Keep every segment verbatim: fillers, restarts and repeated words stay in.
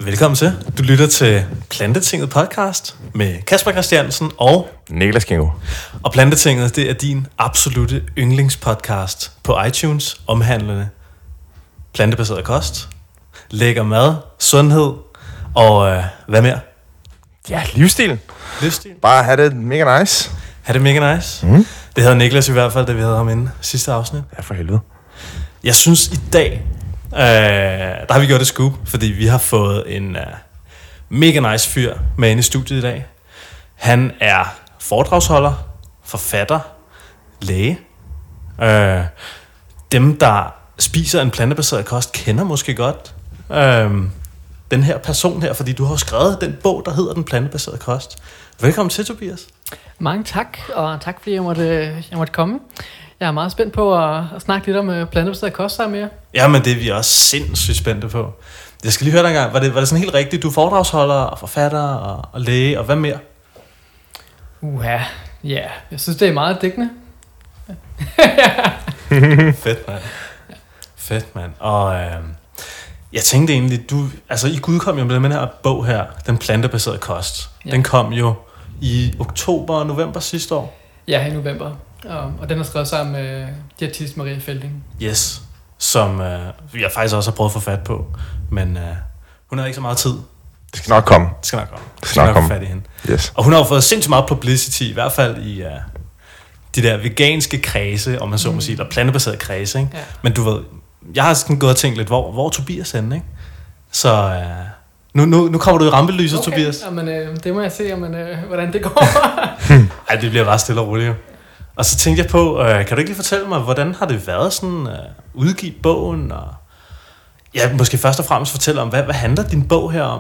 Velkommen til. Du lytter til Plantetinget podcast med Kasper Christiansen og Niklas Kingo. Og Plantetinget, det er din absolute yndlingspodcast på iTunes, omhandlende plantebaseret kost, lækker mad, sundhed og øh, hvad mere? Ja, livsstil. Livsstil. Bare have det mega nice. Ha' det mega nice. Mm. Det havde Niklas i hvert fald, da vi havde ham inde sidste afsnit. Ja, for helvede. Jeg synes i dag, øh, der har vi gjort et scoop, fordi vi har fået en øh, mega nice fyr med ind i studiet i dag. Han er foredragsholder, forfatter, læge. Øh, dem, der spiser en plantebaseret kost, kender måske godt øh, den her person her, fordi du har skrevet den bog, der hedder Den plantebaserede kost. Velkommen til, Tobias. Mange tak, og tak fordi jeg måtte, jeg måtte komme. Jeg er meget spændt på at, at snakke lidt om plantebaseret kost sammen med jer. Ja, men det er vi også sindssygt spændte på. Jeg skal lige høre dig en gang, var det, var det sådan helt rigtigt? Du er foredragsholder og forfatter og, og læge, og hvad mere? Uha, ja, jeg synes det er meget dækkende. Fedt, mand. Fedt, mand. Og øh, jeg tænkte egentlig, du, altså I udkom jo med den her bog her, Den plantebaserede kost. Ja. Den kom jo i oktober og november sidste år. Ja, i november. Og, og den er skrevet sammen med diætist Maria Felding. Yes, som øh, jeg faktisk også har prøvet at få fat på, men øh, hun havde ikke så meget tid. Det skal nok komme. Det skal nok komme. Det skal nok komme. Fat i hende. Yes. Og hun har jo fået sindssygt meget publicity, i hvert fald i uh, de der veganske kredse, om man så må mm. sige, eller plantebaserede kredse, ikke? Ja. Men du ved, jeg har sådan gået og tænkt lidt, hvor, hvor er Tobias henne, ikke? Så uh, nu, nu, nu kommer du i rampelyset, okay. Tobias. Jamen, øh, det må jeg se, men, øh, hvordan det går. Ej, det bliver bare stille og roligt. Og så tænkte jeg på, uh, kan du ikke lige fortælle mig, hvordan har det været sådan uh, udgive bogen, og ja, måske først og fremmest fortælle om, hvad, hvad handler din bog her om?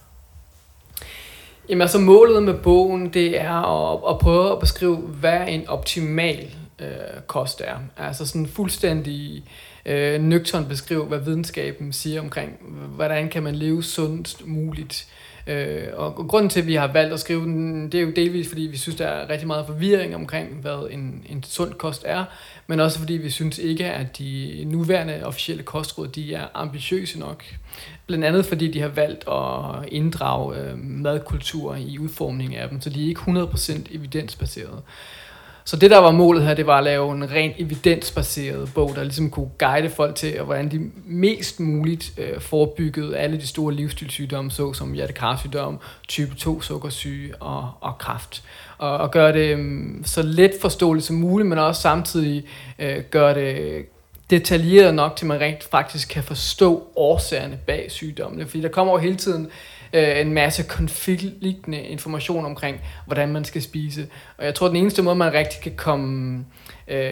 Jamen altså målet med bogen, det er at, at prøve at beskrive, hvad en optimal øh, kost er. Altså sådan fuldstændig øh, nøgtern beskrive, hvad videnskaben siger omkring, hvordan kan man leve sundest muligt. Øh, og, og grunden til, at vi har valgt at skrive den, det er jo delvis, fordi vi synes, der er rigtig meget forvirring omkring, hvad en, en sund kost er, men også fordi vi synes ikke, at de nuværende officielle kostråd, de er ambitiøse nok. Blandt andet fordi de har valgt at inddrage øh, madkultur i udformningen af dem, så de er ikke hundrede procent evidensbaserede. Så det der var målet her, det var at lave en rent evidensbaseret bog, der ligesom kunne guide folk til, hvordan de mest muligt øh, forebyggede alle de store livsstilssygdomme, såsom hjertekarsygdom, type to sukkersyge og, og kræft. Og, og gøre det øh, så let forståeligt som muligt, men også samtidig øh, gøre det detaljeret nok, til man rent faktisk kan forstå årsagerne bag sygdommene. Fordi der kommer jo hele tiden øh, en masse konfliktende information omkring, hvordan man skal spise. Og jeg tror, den eneste måde, man rigtig kan komme øh,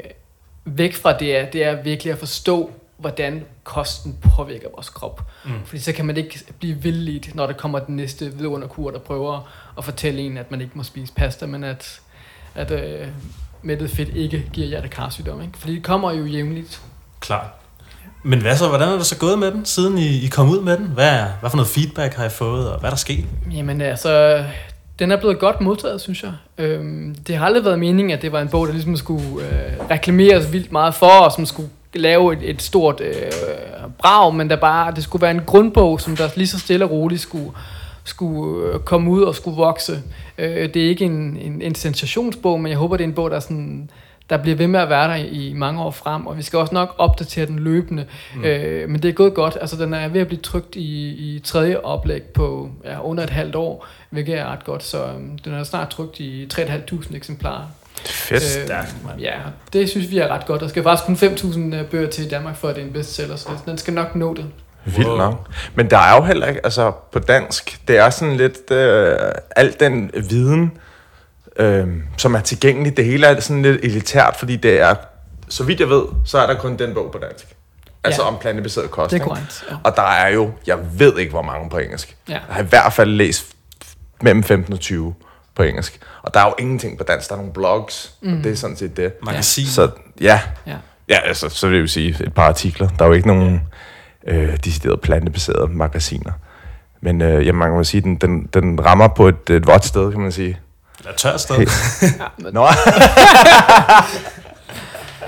væk fra det, er, det er virkelig at forstå, hvordan kosten påvirker vores krop. Mm. Fordi så kan man ikke blive vildledt, når der kommer den næste vidunderkur, der prøver at fortælle en, at man ikke må spise pasta, men at, at øh, mættet fedt ikke giver hjertekarsygdom, ikke? Fordi det kommer jo jævnligt. Klart. Men hvad så, hvordan er det så gået med den, siden I, I kom ud med den? Hvad, er, hvad for noget feedback har I fået, og hvad er der sket? Jamen altså, den er blevet godt modtaget, synes jeg. Øhm, det har aldrig været meningen, at det var en bog, der ligesom skulle øh, reklameres vildt meget for, og som skulle lave et, et stort øh, brag, men der bare, det skulle være en grundbog, som der lige så stille og roligt skulle, skulle komme ud og skulle vokse. Øh, det er ikke en, en, en sensationsbog, men jeg håber, det er en bog, der sådan, der bliver ved med at være der i, i mange år frem, og vi skal også nok opdatere den løbende. Mm. Øh, men det er gået godt. Altså, den er ved at blive trykt i, i tredje oplæg på ja, under et halvt år, hvilket er ret godt, så um, den er snart trykt i tre tusind fem hundrede eksemplarer. Fedt. Øh, ja, det synes vi er ret godt. Der skal faktisk kun fem tusind bøger til i Danmark, for at det er en bestseller, så den skal nok nå det. Vildt wow. nok. Men der er jo heller ikke, altså på dansk, det er sådan lidt, øh, al den viden, øh, som er tilgængelig, det hele er sådan lidt elitært, fordi det er, så vidt jeg ved, så er der kun den bog på dansk. Altså ja. Om plantebaseret kost. Det er korrekt, ja. Og der er jo, jeg ved ikke hvor mange på engelsk. Ja. Jeg har i hvert fald læst mellem femten og tyve på engelsk. Og der er jo ingenting på dansk, der er nogle blogs, mm. og det er sådan set det. Magasin. Så ja, ja, ja altså, så vil jeg jo sige et par artikler. Der er jo ikke nogen øh, deciderede plantebaserede magasiner. Men øh, jamen, man kan sige, den, den, den rammer på et, et vådt sted, kan man sige. Et tørt sted. Nå.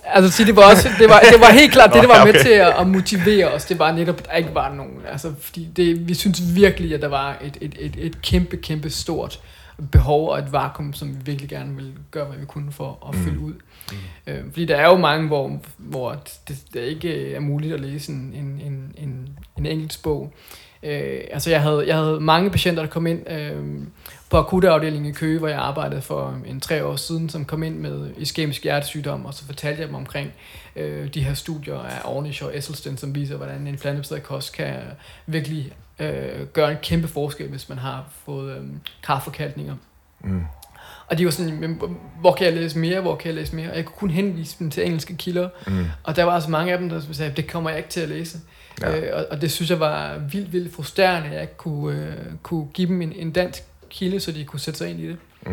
Altså sige, det var også, det var, det var helt klart det, der var med til at, at motivere os. Det var netop, at der ikke var nogen. Altså, fordi det, vi synes virkelig, at der var et, et, et, et kæmpe, kæmpe stort behov og et vakuum, som vi virkelig gerne ville gøre, hvad vi kunne for at fylde ud. Mm. Øh, fordi der er jo mange, hvor, hvor det, det ikke er muligt at læse en, en, en, en, en enkelt bog. Øh, altså jeg havde, jeg havde mange patienter, der kom ind øh, på akutafdelingen i Køge, hvor jeg arbejdede for en tre år siden, som kom ind med iskemisk hjertesygdom, og så fortalte jeg dem omkring øh, de her studier af Ornish og Esselstyn, som viser, hvordan en plantebaseret kost kan virkelig øh, gøre en kæmpe forskel, hvis man har fået øh, kræftforkalkninger. Mm. Og de var sådan, hvor kan jeg læse mere, hvor kan jeg læse mere? Og jeg kunne kun henvise dem til engelske kilder, mm. og der var altså mange af dem, der sagde, det kommer jeg ikke til at læse. Ja. Øh, og, og det synes jeg var vildt, vildt frustrerende, at jeg ikke kunne, øh, kunne give dem en, en dansk kilde, så de kunne sætte sig ind i det. Mm.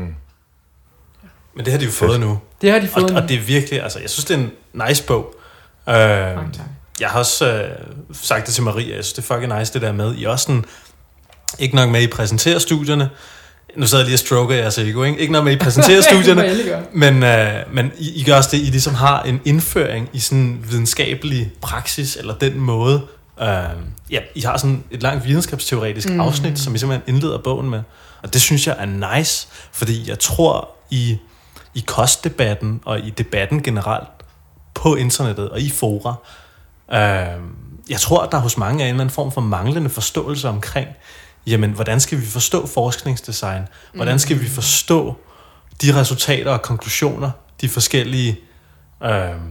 Ja. Men det har de jo fået nu. Det har de fået og, nu. Og det er virkelig, altså jeg synes, det er en nice bog. Øh, jeg har også øh, sagt det til Maria, jeg synes, det er fucking nice, det der med. I også sådan, ikke nok med, at I præsenterer studierne. Nu sad jeg lige og stroker jeres ego, ikke? Ikke nok med, at I præsenterer studierne, men, øh, men I, I gør også det, I ligesom har en indføring i sådan videnskabelig praksis, eller den måde. Øh, ja, I har sådan et langt videnskabsteoretisk mm. afsnit, som I simpelthen indleder bogen med. Og det synes jeg er nice, fordi jeg tror, i, i kostdebatten og i debatten generelt på internettet og i fora, øh, jeg tror, at der hos mange er en eller anden form for manglende forståelse omkring, jamen, hvordan skal vi forstå forskningsdesign? Hvordan skal vi forstå de resultater og konklusioner, de forskellige øh,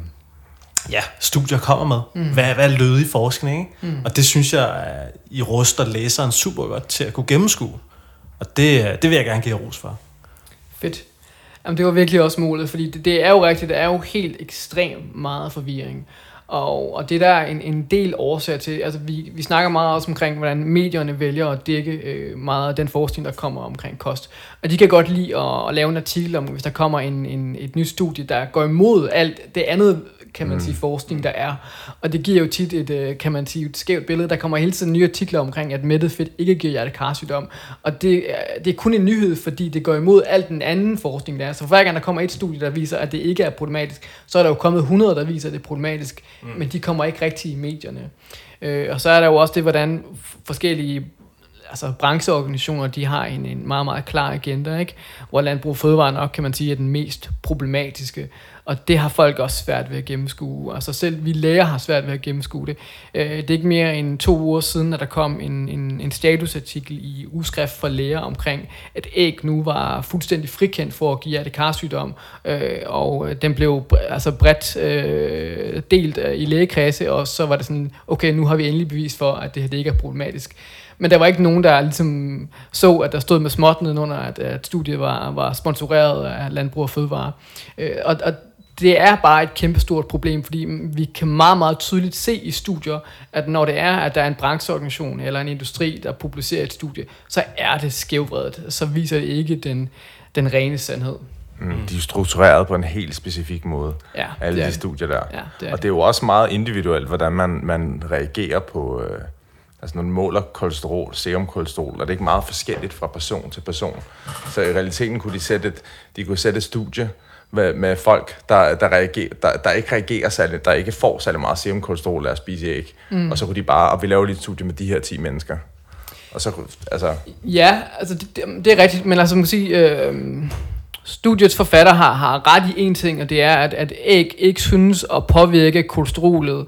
ja, studier kommer med? Mm. Hvad, hvad er lødig forskning? Ikke? Mm. Og det synes jeg, at I ruster læseren super godt til at kunne gennemskue. Og det, det vil jeg gerne give ros for. Fedt. Jamen, det var virkelig også målet, fordi det, det er jo rigtigt, det er jo helt ekstremt meget forvirring. Og, og det der er en, en del årsager til, altså vi, vi snakker meget også omkring, hvordan medierne vælger at dække øh, meget af den forskning, der kommer omkring kost. Og de kan godt lide at, at lave en artikel om, hvis der kommer en, en, et nyt studie, der går imod alt det andet, kan man sige, forskning, der er. Og det giver jo tit et, kan man sige, et skævt billede. Der kommer hele tiden nye artikler omkring, at mættet fedt ikke giver hjertekarsygdom. Og det, det er kun en nyhed, fordi det går imod alt den anden forskning, der er. Så for hver gang der kommer et studie, der viser, at det ikke er problematisk, så er der jo kommet hundrede, der viser, at det er problematisk. Mm. Men de kommer ikke rigtig i medierne. Øh, og så er der jo også det, hvordan forskellige altså brancheorganisationer, de har en, en meget, meget klar agenda, ikke? Hvor Landbrug og Fødevare nok, kan man sige, er den mest problematiske. Og det har folk også svært ved at gennemskue. Altså selv vi læger har svært ved at gennemskue det. Øh, det er ikke mere end to uger siden, at der kom en, en, en statusartikel i Ugeskrift for Læger omkring, at æg nu var fuldstændig frikendt for at give hjertekarsygdom. Øh, og den blev altså bredt øh, delt i lægekredse, og så var det sådan, okay, nu har vi endelig bevis for, at det her det ikke er problematisk. Men der var ikke nogen, der ligesom så, at der stod med småt nedenunder, at, at studiet var, var sponsoreret af Landbrug og Fødevare. Øh, og, og det er bare et kæmpestort problem, fordi vi kan meget, meget tydeligt se i studier, at når det er, at der er en brancheorganisation eller en industri, der publicerer et studie, så er det skævvredet. Så viser det ikke den, den rene sandhed. Mm, de er struktureret på en helt specifik måde, ja, alle de det. studier der. Ja, det og det er jo også meget individuelt, hvordan man, man reagerer på... Øh, altså når man måler kolesterol, serumkolesterol, og det er ikke meget forskelligt fra person til person. Så i realiteten kunne de sætte et, de kunne sætte et studie med, med folk, der, der, reagerer, der, der ikke reagerer særlig, der ikke får særlig meget serumkolesterol af at spise æg. Mm. Og så kunne de bare, og vi laver lige et studie med de her ti mennesker. Og så, altså... Ja, altså det, det er rigtigt, men altså man kan sige... Øh... Studiets forfatter har, har ret i en ting, og det er, at, at æg ikke synes at påvirke kolesterolet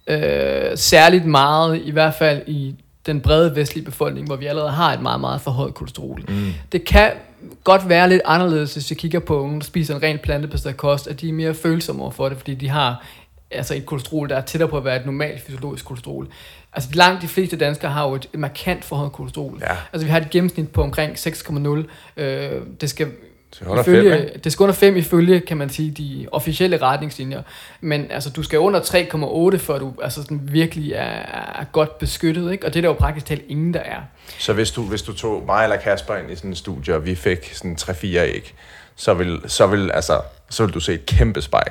øh, særligt meget, i hvert fald i den brede vestlige befolkning, hvor vi allerede har et meget, meget forhøjet kolesterol. Mm. Det kan godt være lidt anderledes, hvis vi kigger på unge, der spiser en ren plantebaseret kost, at de er mere følsomme over for det, fordi de har altså et kolesterol, der er tættere på at være et normalt fysiologisk kolesterol. Altså langt de fleste danskere har jo et markant forhøjet kolesterol. Ja. Altså vi har et gennemsnit på omkring seks komma nul. Øh, det skal... Ifølge, fem, det skal under fem ifølge, kan man sige, de officielle retningslinjer. Men altså, du skal under tre komma otte, før du altså, sådan, virkelig er, er godt beskyttet, ikke? Og det er der jo praktisk talt ingen, der er. Så hvis du, hvis du tog mig eller Kasper ind i sådan en studie, og vi fik sådan tre fire æg, så vil, så vil, altså, så vil du se et kæmpe spike.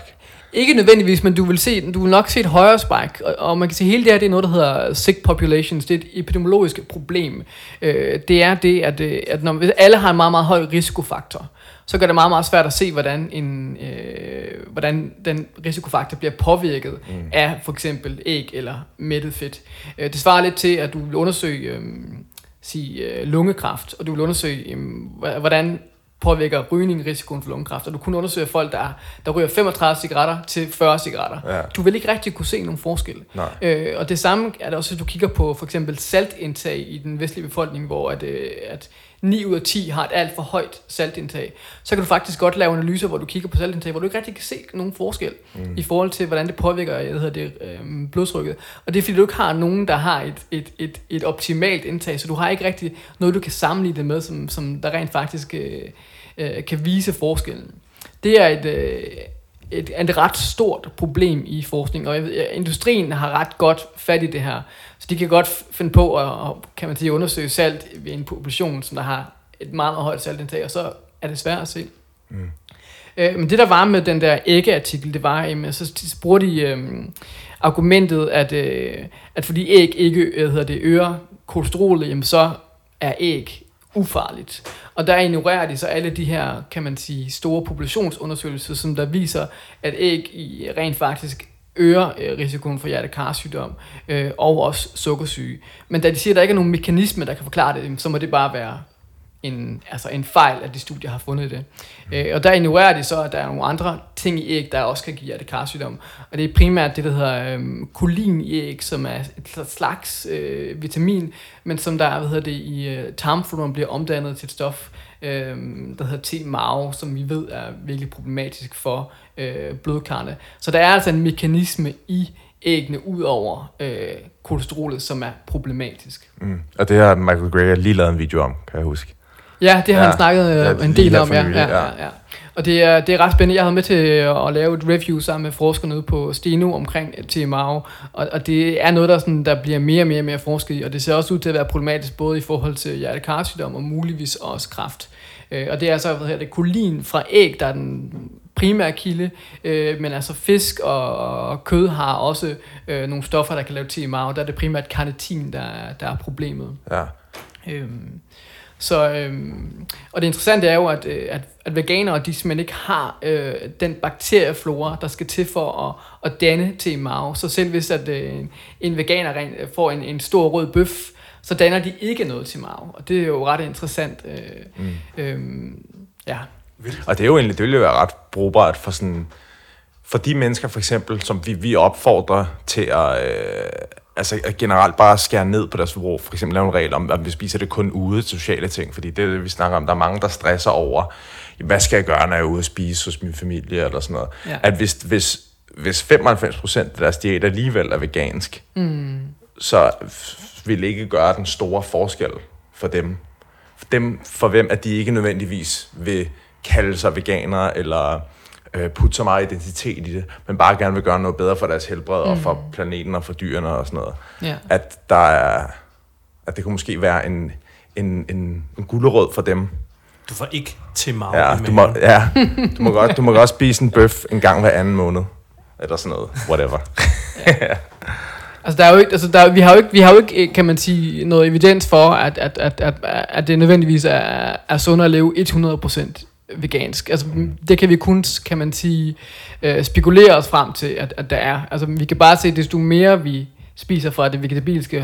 Ikke nødvendigvis, men du vil, se, du vil nok se et højere spike, og, og man kan sige, at hele det her, det er noget, der hedder sick populations, det er et epidemiologisk problem. Øh, det er det, at, at når hvis alle har en meget, meget høj risikofaktor, så gør det meget, meget svært at se, hvordan, en, øh, hvordan den risikofaktor bliver påvirket mm. af for eksempel æg eller mættet fedt. Øh, det svarer lidt til, at du vil undersøge øh, sige, øh, lungekræft, og du vil undersøge, øh, hvordan påvirker rygning risikoen for lungekræft, og du kunne undersøge folk, der, der ryger femogtredive cigaretter til fyrre cigaretter. Ja. Du vil ikke rigtig kunne se nogen forskel. Øh, og det samme er det også, hvis du kigger på for eksempel saltindtag i den vestlige befolkning, hvor at, øh, at ni ud af ti har et alt for højt saltindtag. Så kan du faktisk godt lave analyser, hvor du kigger på saltindtag, hvor du ikke rigtig kan se nogen forskel mm. i forhold til, hvordan det påvirker jeg hedder det, øh, blodtrykket. Og det er fordi, du ikke har nogen, der har et, et, et, et optimalt indtag, så du har ikke rigtig noget, du kan sammenligne det med, som, som der rent faktisk øh, øh, kan vise forskellen. Det er et, øh, et, et ret stort problem i forskning, og jeg ved, industrien har ret godt fat i det her. Så de kan godt finde på at, kan man sige, undersøge salt ved en population, som der har et meget, meget højt saltindtag, og så er det svært at se. Mm. Øh, men det der var med den der æggeartikel, det var, jamen, så bruger de øh, argumentet, at, øh, at fordi æg ikke øh, hedder det, øger kolesterolet, jamen, så er æg ufarligt. Og der ignorerer de så alle de her, kan man sige, store populationsundersøgelser, som der viser, at æg i rent faktisk øger øh, risikoen for hjertekarsygdom øh, og også sukkersyge. Men da de siger, at der ikke er nogen mekanisme, der kan forklare det, så må det bare være en, altså en fejl, at de studier har fundet det. Øh, og der ignorerer de så, at der er nogle andre ting i æg, der også kan give hjertekarsygdom. Og det er primært det, der hedder øh, kolin i æg, som er et slags øh, vitamin, men som der hvad hedder det, i øh, tarmfloraen bliver omdannet til et stof, øh, der hedder T M A O, som vi ved er virkelig problematisk for øh, blodkarrene. Så der er altså en mekanisme i æggene ud over øh, kolesterolet, som er problematisk. Mm. Og det har Michael Greger lige lavet en video om, kan jeg huske. Ja, det har ja. han snakket øh, ja, en del om, ja, nylig, ja, ja, ja. Og det er, det er ret spændende. Jeg havde med til at lave et review sammen med forskerne ude på Steno omkring T M A O, og, og det er noget, der, sådan, der bliver mere og mere, mere forsket i, og det ser også ud til at være problematisk både i forhold til hjertekarsygdom og muligvis også kræft. Øh, og det er så, hvad hedder det, kolin fra æg, der er den primære kilde, øh, men altså fisk og, og kød har også øh, nogle stoffer, der kan lave T M A O. Der er det primært carnitin, der, der er problemet. Ja. Øhm, Så, øhm, og det interessante er jo, at, at, at veganere, de simpelthen ikke har øh, den bakterieflora, der skal til for at, at danne T M A O. Så selv hvis at, øh, en veganer rent, får en, en stor rød bøf, så danner de ikke noget T M A O. Og det er jo ret interessant. Øh, mm. øhm, ja. Og det er jo egentlig, det vil jo være ret brugbart for sådan, for de mennesker for eksempel, som vi, vi opfordrer til at, øh, altså at generelt bare skære ned på deres forbrug. For eksempel lave en regel om, at vi spiser det kun ude til sociale ting, fordi det er det, vi snakker om. Der er mange, der stresser over, hvad skal jeg gøre, når jeg er ude at spise hos min familie, eller sådan noget. Ja. At hvis, hvis, hvis femoghalvfems procent af deres diæt alligevel er vegansk, mm. så vil det ikke gøre den store forskel for dem. For dem, for hvem at de ikke nødvendigvis vil kalde sig veganere, eller øh, putte så meget identitet i det, men bare gerne vil gøre noget bedre for deres helbred, mm. og for planeten, og for dyrene, og sådan noget. Yeah. At der er, at det kunne måske være en, en, en, en gulerod for dem. Du får ikke til meget. Ja, du må, ja, du må godt, du må godt spise en bøf en gang hver anden måned, eller sådan noget, whatever. Ja. Altså, der er jo ikke, altså der, vi har jo ikke, vi har jo ikke, kan man sige, noget evidens for, at, at, at, at, at det nødvendigvis er, er sundt at leve hundrede procent vegansk. Altså, det kan vi kun, kan man sige, øh, spekulere os frem til, at, at der er. Altså, vi kan bare se, at desto mere vi spiser fra det vegetabilske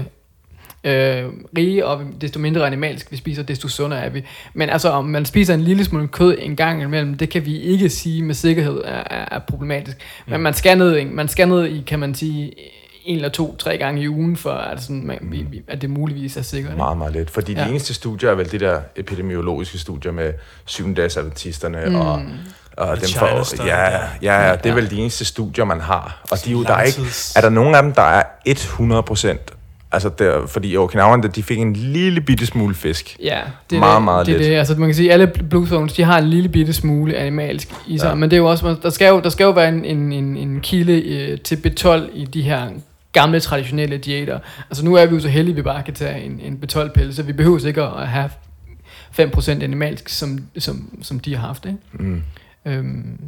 øh, rige, og desto mindre animalsk vi spiser, desto sundere er vi. Men altså, om man spiser en lille smule kød en gang imellem, det kan vi ikke sige med sikkerhed er, er, er problematisk. Men ja. man skal ned, man skal ned i, kan man sige, en eller to, tre gange i ugen, for at, sådan, man, mm. at det muligvis er sikkert. Meget, meget lidt. Fordi ja. de eneste studier er vel de der epidemiologiske studier med syvende-dags-adventisterne mm. og, og dem for, ja, ja, ja, det er ja. vel de eneste studier, man har. Og de, der er, ikke, er der nogen af dem, der er hundrede procent? Altså, der, fordi Okinawan, de fik en lille bitte smule fisk. Ja, det er meget, det, meget det, lidt. Det. Altså, man kan sige, at alle blue zones, de har en lille bitte smule animalsk i sig. Ja. Men det er jo også, der skal jo, der skal jo være en, en, en, en kilde øh, til B tolv i de her gamle, traditionelle diæter. Altså nu er vi jo så heldige, at vi bare kan tage en, en B tolv-pille, så vi behøver ikke at have fem procent animalsk, som, som, som de har haft. Ikke? Mm. Øhm,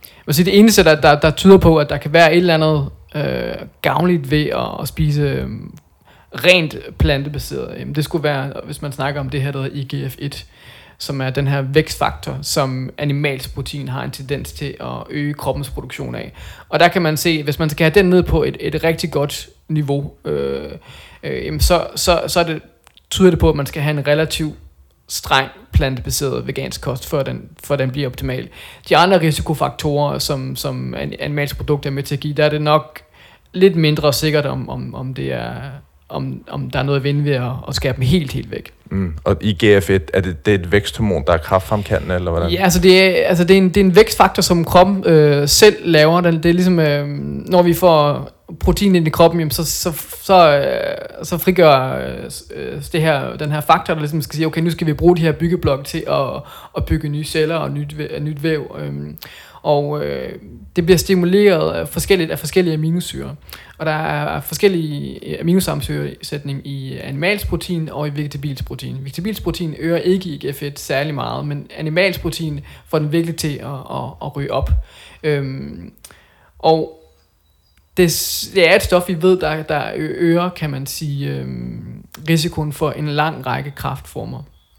vil sige, det eneste, der, der, der tyder på, at der kan være et eller andet øh, gavnligt ved at, at spise øh, rent plantebaseret, jamen, det skulle være, hvis man snakker om det her, der hedder I G F et, som er den her vækstfaktor, som animalsk protein har en tendens til at øge kroppens produktion af. Og der kan man se, hvis man skal have den ned på et, et rigtig godt niveau, øh, øh, så, så, så er det, tyder det på, at man skal have en relativt streng plantebaseret vegansk kost, for den, for den bliver optimal. De andre risikofaktorer, som, som animalske produkter er med til at give, der er det nok lidt mindre sikkert, om, om, om det er... Om, om der er noget at vinde ved at, at skære dem helt, helt væk. Mm. Og I G F et, er det, det er et væksthormon, der er kræftfremkaldende, eller hvordan? Ja, altså det er, altså det er, en, det er en vækstfaktor, som kroppen øh, selv laver. Det er ligesom, øh, når vi får protein ind i kroppen, jamen, så, så, så, øh, så frigør øh, det her, den her faktor, der ligesom skal sige, okay, nu skal vi bruge de her byggeblokke til at, at bygge nye celler og nyt, nyt væv. Øh, og øh, det bliver stimuleret af forskellige, af forskellige aminosyrer. Og der er forskellige aminosammensætning i animalsk protein og i vegetabilsk protein. Vegetabilsk protein øger ikke I G F et særlig meget, men animalsk protein får den virkelig til at, at, at ryge op. Øhm, og det, det er et stof, vi ved, der, der øger, kan man sige, øhm, risikoen for en lang række kræftformer.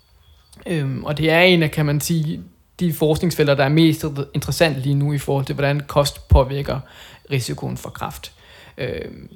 Øhm, og det er en af, kan man sige, de forskningsfelter, der er mest interessant lige nu i forhold til, hvordan kost påvirker risikoen for kræft. Øh,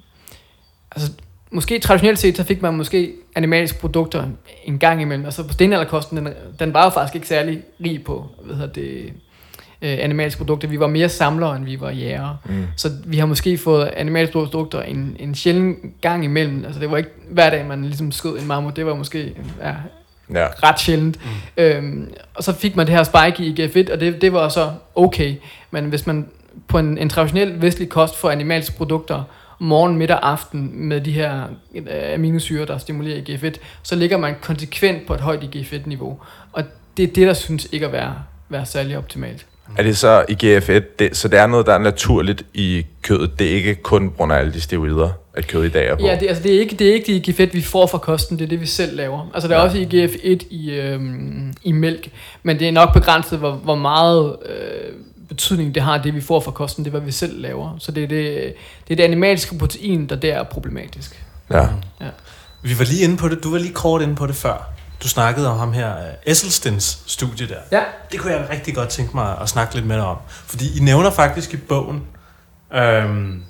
altså, måske traditionelt set, så fik man måske animalske produkter en gang imellem. Altså på stenalderkosten, den, den var jo faktisk ikke særlig rig på, hvad hedder det, øh, animalske produkter. Vi var mere samlere, end vi var jægere. Mm. Så vi har måske fået animalske produkter en, en sjælden gang imellem. Altså det var ikke hver dag, man ligesom skød en mammut. Det var måske... Ja, Ja. ret sjældent. Mm. Øhm, og så fik man det her spike i I G F et, og det, det var så okay. Men hvis man på en, en traditionel vestlig kost får animalske produkter morgen, middag, aften med de her øh, aminosyrer, der stimulerer I G F et, så ligger man konsekvent på et højt I G F et-niveau. Og det er det, der synes ikke at være, være særlig optimalt. Er det så I G F et, det, så det er noget, der er naturligt i kødet? Det er ikke kun på grund af alle de steroider, at kød i dag er på? Ja, det, altså det er ikke det er ikke det I G F et, vi får fra kosten, det er det, vi selv laver. Altså der er ja. også I G F et i, øhm, i mælk, men det er nok begrænset, hvor, hvor meget øh, betydning det har, det vi får fra kosten, det er, hvad vi selv laver. Så det er det, det, er det animalske protein, der der er problematisk. Ja. ja. Vi var lige inde på det, du var lige kort inde på det før. Du snakkede om ham her, Esselstyns studie der. Ja. Det kunne jeg rigtig godt tænke mig at snakke lidt med dig om. Fordi I nævner faktisk i bogen, øhm,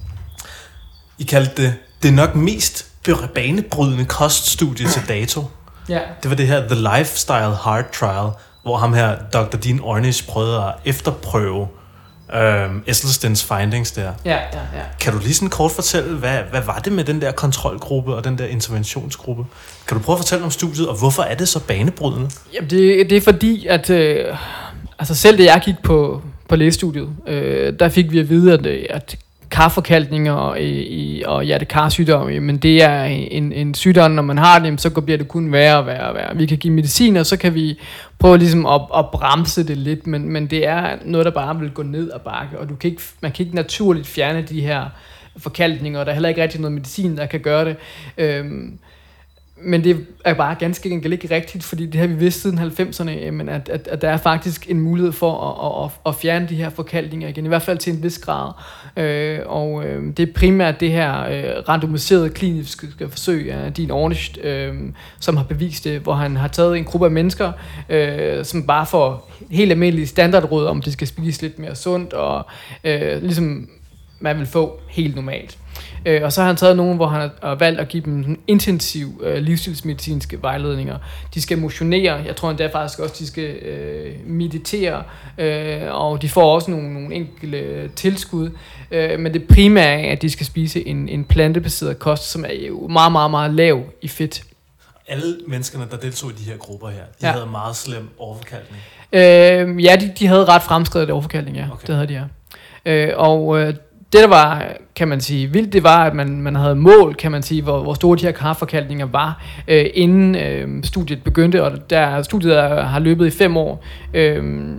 I kaldte det, det nok mest banebrydende koststudie til dato. Ja. Det var det her The Lifestyle Heart Trial, hvor ham her, doktor Dean Ornish, prøvede at efterprøve øhm, Esselstyns findings der. Ja, ja, ja. Kan du lige sådan kort fortælle, hvad, hvad var det med den der kontrolgruppe og den der interventionsgruppe? Kan du prøve at fortælle om studiet, og hvorfor er det så banebrydende? Jamen det, det er fordi, at øh, altså selv da jeg gik på, på lægestudiet, øh, der fik vi at vide, at, at karforkalkninger og, i, og hjertekarsygdomme, men det er en, en sygdom, når man har det, så bliver det kun værre og værre og værre. Vi kan give medicin, og så kan vi prøve ligesom at, at bremse det lidt, men, men det er noget, der bare vil gå ned ad bakke, og du kan ikke, man kan ikke naturligt fjerne de her forkalkninger, og der er heller ikke rigtig noget medicin, der kan gøre det. Øhm, Men det er bare ganske enkelt ikke rigtigt, fordi det har vi vidst siden halvfemserne, men at, at, at der er faktisk en mulighed for at, at, at fjerne de her forkalkninger igen, i hvert fald til en vis grad. Øh, og øh, det er primært det her øh, randomiserede kliniske forsøg af Dean Ornish, øh, som har bevist det, hvor han har taget en gruppe af mennesker, øh, som bare får helt almindelige standardråd om, de skal spise lidt mere sundt, og øh, ligesom man vil få helt normalt. Øh, og så har han taget nogen, hvor han har valgt at give dem intensiv øh, livsstilsmedicinske vejledninger. De skal motionere, jeg tror endda faktisk også, de skal øh, meditere, øh, og de får også nogle, nogle enkelte øh, tilskud. Øh, men det primære er, at de skal spise en, en plantebaseret kost, som er jo meget, meget, meget lav i fedt. Alle menneskerne, der deltog i de her grupper her, de ja. havde meget slem overforkalkning? Øh, ja, de, de havde ret fremskredet overforkalkning, ja. Okay. Det havde de, ja. Øh, og øh, det der var, kan man sige, vildt, det var, at man, man havde mål, kan man sige, hvor, hvor store de her karforkalkninger var, øh, inden øh, studiet begyndte, og der studiet er, har løbet i fem år. Øh,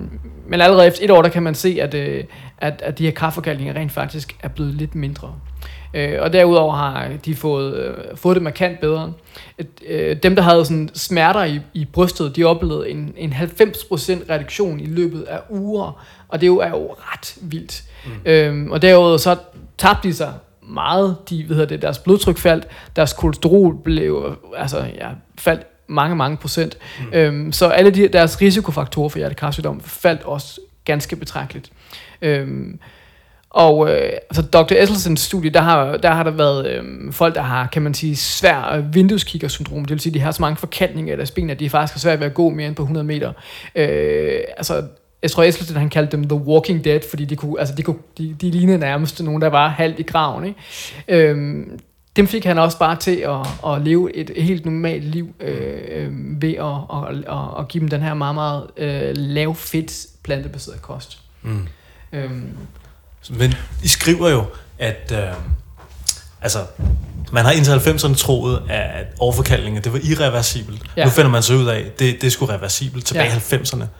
men allerede efter et år, der kan man se, at, øh, at, at de her kræftforkalkninger rent faktisk er blevet lidt mindre. Øh, og derudover har de fået, øh, fået det markant bedre. Et, øh, dem, der havde sådan smerter i, i brystet, de oplevede en, en halvfems procent reduktion i løbet af uger, og det er jo, er jo ret vildt. Mm. Øh, og derudover så tabte de sig meget, de, ved det, deres blodtryk faldt, deres kolesterol blev, altså, ja, faldt mange, mange procent. Mm. Øhm, så alle de, deres risikofaktorer for hjertekarsygdom faldt også ganske betragteligt. Øhm, og øh, altså doktor Esselsens studie, der har der, har der været øh, folk, der har, kan man sige, svær vindueskiggersyndrom. Det vil sige, de har så mange forkantninger i deres ben, at de faktisk har svært ved at gå mere end på hundrede meter. Øh, altså, jeg tror, Esselsen, han kaldte dem The Walking Dead, fordi de, kunne, altså, de, kunne, de, de lignede nærmest nogen, der var halvt i graven. Ikke? Øhm, dem fik han også bare til at, at leve et helt normalt liv øh, ved at, at, at, at give dem den her meget, meget øh, lav fedt plantebaseret kost. Mm. Øhm. Men I skriver jo, at øh, altså, man har indtil halvfemserne troet, at overforkaldninger, det var irreversibelt. Ja. Nu finder man så ud af, at det, det skulle reversibelt tilbage i ja. halvfemserne.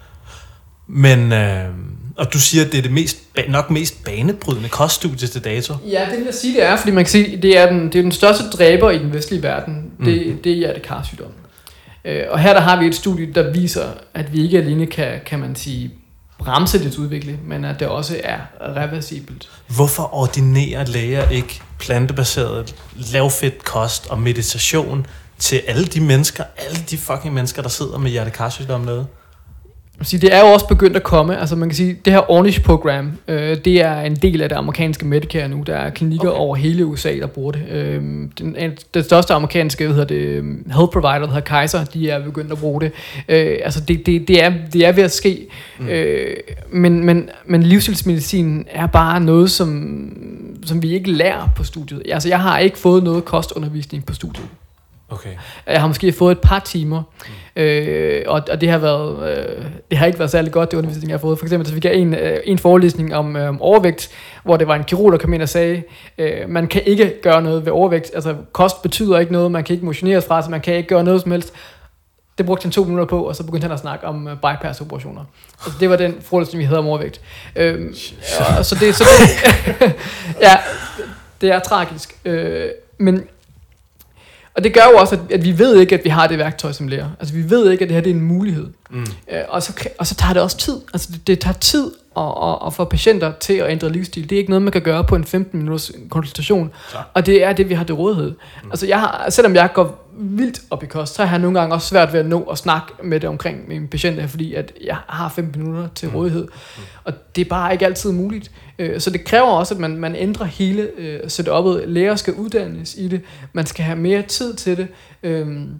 Men, øh, og du siger, at det er det mest, nok mest banebrydende koststudie til dato. Ja, det vil jeg sige, det er, fordi man kan sige, det er den, det er den største dræber i den vestlige verden. Det, mm. det er hjertekarsygdom. Øh, og her der har vi et studie, der viser, at vi ikke alene kan, kan man sige, bremse dets udvikling, men at det også er reversibelt. Hvorfor ordinerer læger ikke plantebaseret lavfedt kost og meditation til alle de mennesker, alle de fucking mennesker, der sidder med hjertekarsygdom derude? Det er jo også begyndt at komme. Altså man kan sige, det her Ornish-program, øh, det er en del af det amerikanske Medicare nu. Der er klinikker okay. over hele U S A, der bruger det. Øh, den, den største amerikanske hvad hedder det, health provider, der hedder Kaiser, de er begyndt at bruge det. Øh, altså det, det, det, er, det er ved at ske. Mm. Øh, men, men, men livsstilsmedicin er bare noget, som, som vi ikke lærer på studiet. Altså jeg har ikke fået noget kostundervisning på studiet. Okay. Jeg har måske fået et par timer, mm. øh, og, og det har været, øh, det har ikke været særlig godt, det undervisning, jeg har fået. For eksempel så fik jeg en, øh, en forelæsning om øh, overvægt, hvor det var en kirurg, der kom ind og sagde, øh, man kan ikke gøre noget ved overvægt. Altså kost betyder ikke noget, man kan ikke motionere fra sig, man kan ikke gøre noget som helst. Det brugte han to minutter på, og så begyndte han at snakke om uh, bypass-operationer. Altså, det var den forelæsning, vi havde om overvægt. Øh, og, så det, så det ja, det er tragisk. Øh, men Og det gør jo også, at, at vi ved ikke, at vi har det værktøj som lærer. Altså vi ved ikke, at det her det er en mulighed. Mm. Øh, og, så, og så tager det også tid. Altså det, det tager tid at, at, at få patienter til at ændre livsstil. Det er ikke noget, man kan gøre på en femten minutters konsultation. Ja. Og det er det, vi har til rådighed. Mm. Altså jeg har, selvom jeg går vildt op i kost, så har jeg nogle gange også svært ved at nå at snakke med det omkring mine patienter, fordi at jeg har femten minutter til rådighed. Mm. Og det er bare ikke altid muligt. Så det kræver også, at man, man ændrer hele øh, setup'et. Læger skal uddannes i det. Man skal have mere tid til det. Øhm,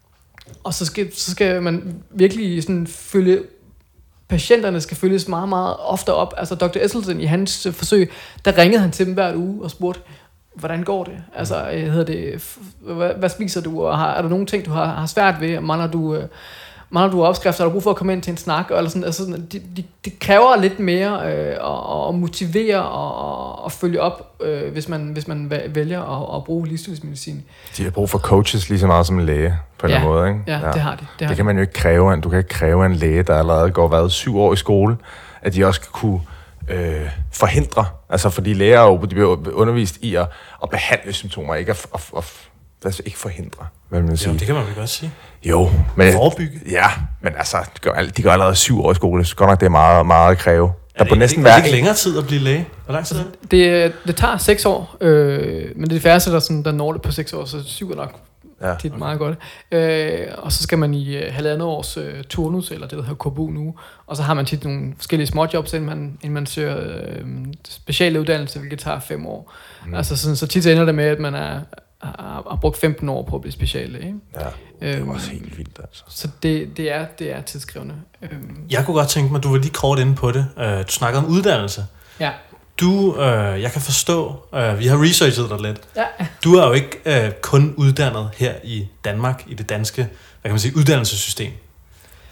og så skal, så skal man virkelig sådan følge... Patienterne skal følges meget, meget ofte op. Altså doktor Esselsen i hans øh, forsøg, der ringede han til dem hver uge og spurgte, hvordan går det? Altså, øh, hedder det, hvad, hvad spiser du? Og har, er der nogle ting, du har, har svært ved? Mangler du... Øh, Mangler du opskrifter, er du brug for at komme ind til en snak? Eller sådan, altså, det, de, de kræver lidt mere øh, at, at motivere og at følge op, øh, hvis, man, hvis man vælger at, at bruge livsstilsmedicin. De har brug for coaches lige så meget som en læge, på en ja, måde, ikke? Ja, ja, det har de. Det, har det kan de. man jo ikke kræve. Du kan ikke kræve en læge, der allerede går været syv år i skole, at de også skal kunne øh, forhindre. Altså, fordi læger jo, de bliver undervist i at, at behandle symptomer, ikke at, at, at altså ikke forhindre, hvad man sige. Jo, det kan man vel godt sige. Jo, men... Forebygge. Ja, men altså, de gør, de gør allerede syv år i skole, så godt nok det er meget, meget at kræve. Der er det, næsten ikke, ikke længere tid at blive læge? Hvor lang tid er det? Det, det tager seks år, øh, men det er de færreste, der, sådan, der når det på seks år, så syv er nok ja, tit okay. meget godt. Øh, og så skal man i øh, halvandet års øh, turnus, eller det der hedder K B U nu, og så har man tit nogle forskellige småjobs, inden man, inden man søger øh, speciale uddannelse, hvilket tager fem år. Mm. Altså sådan, så tit ender det med, at man er har, har brugt femten år på at blive speciallæge, ikke? Ja, det er øhm, også helt vildt, altså. Så det, det, er, det er tidskrævende. Øhm. Jeg kunne godt tænke mig, du var lige kort inde på det. Uh, du snakkede om uddannelse. Ja. Du, uh, jeg kan forstå, uh, vi har researchet dig lidt. Ja. Du er jo ikke uh, kun uddannet her i Danmark, i det danske, hvad kan man sige, uddannelsessystem.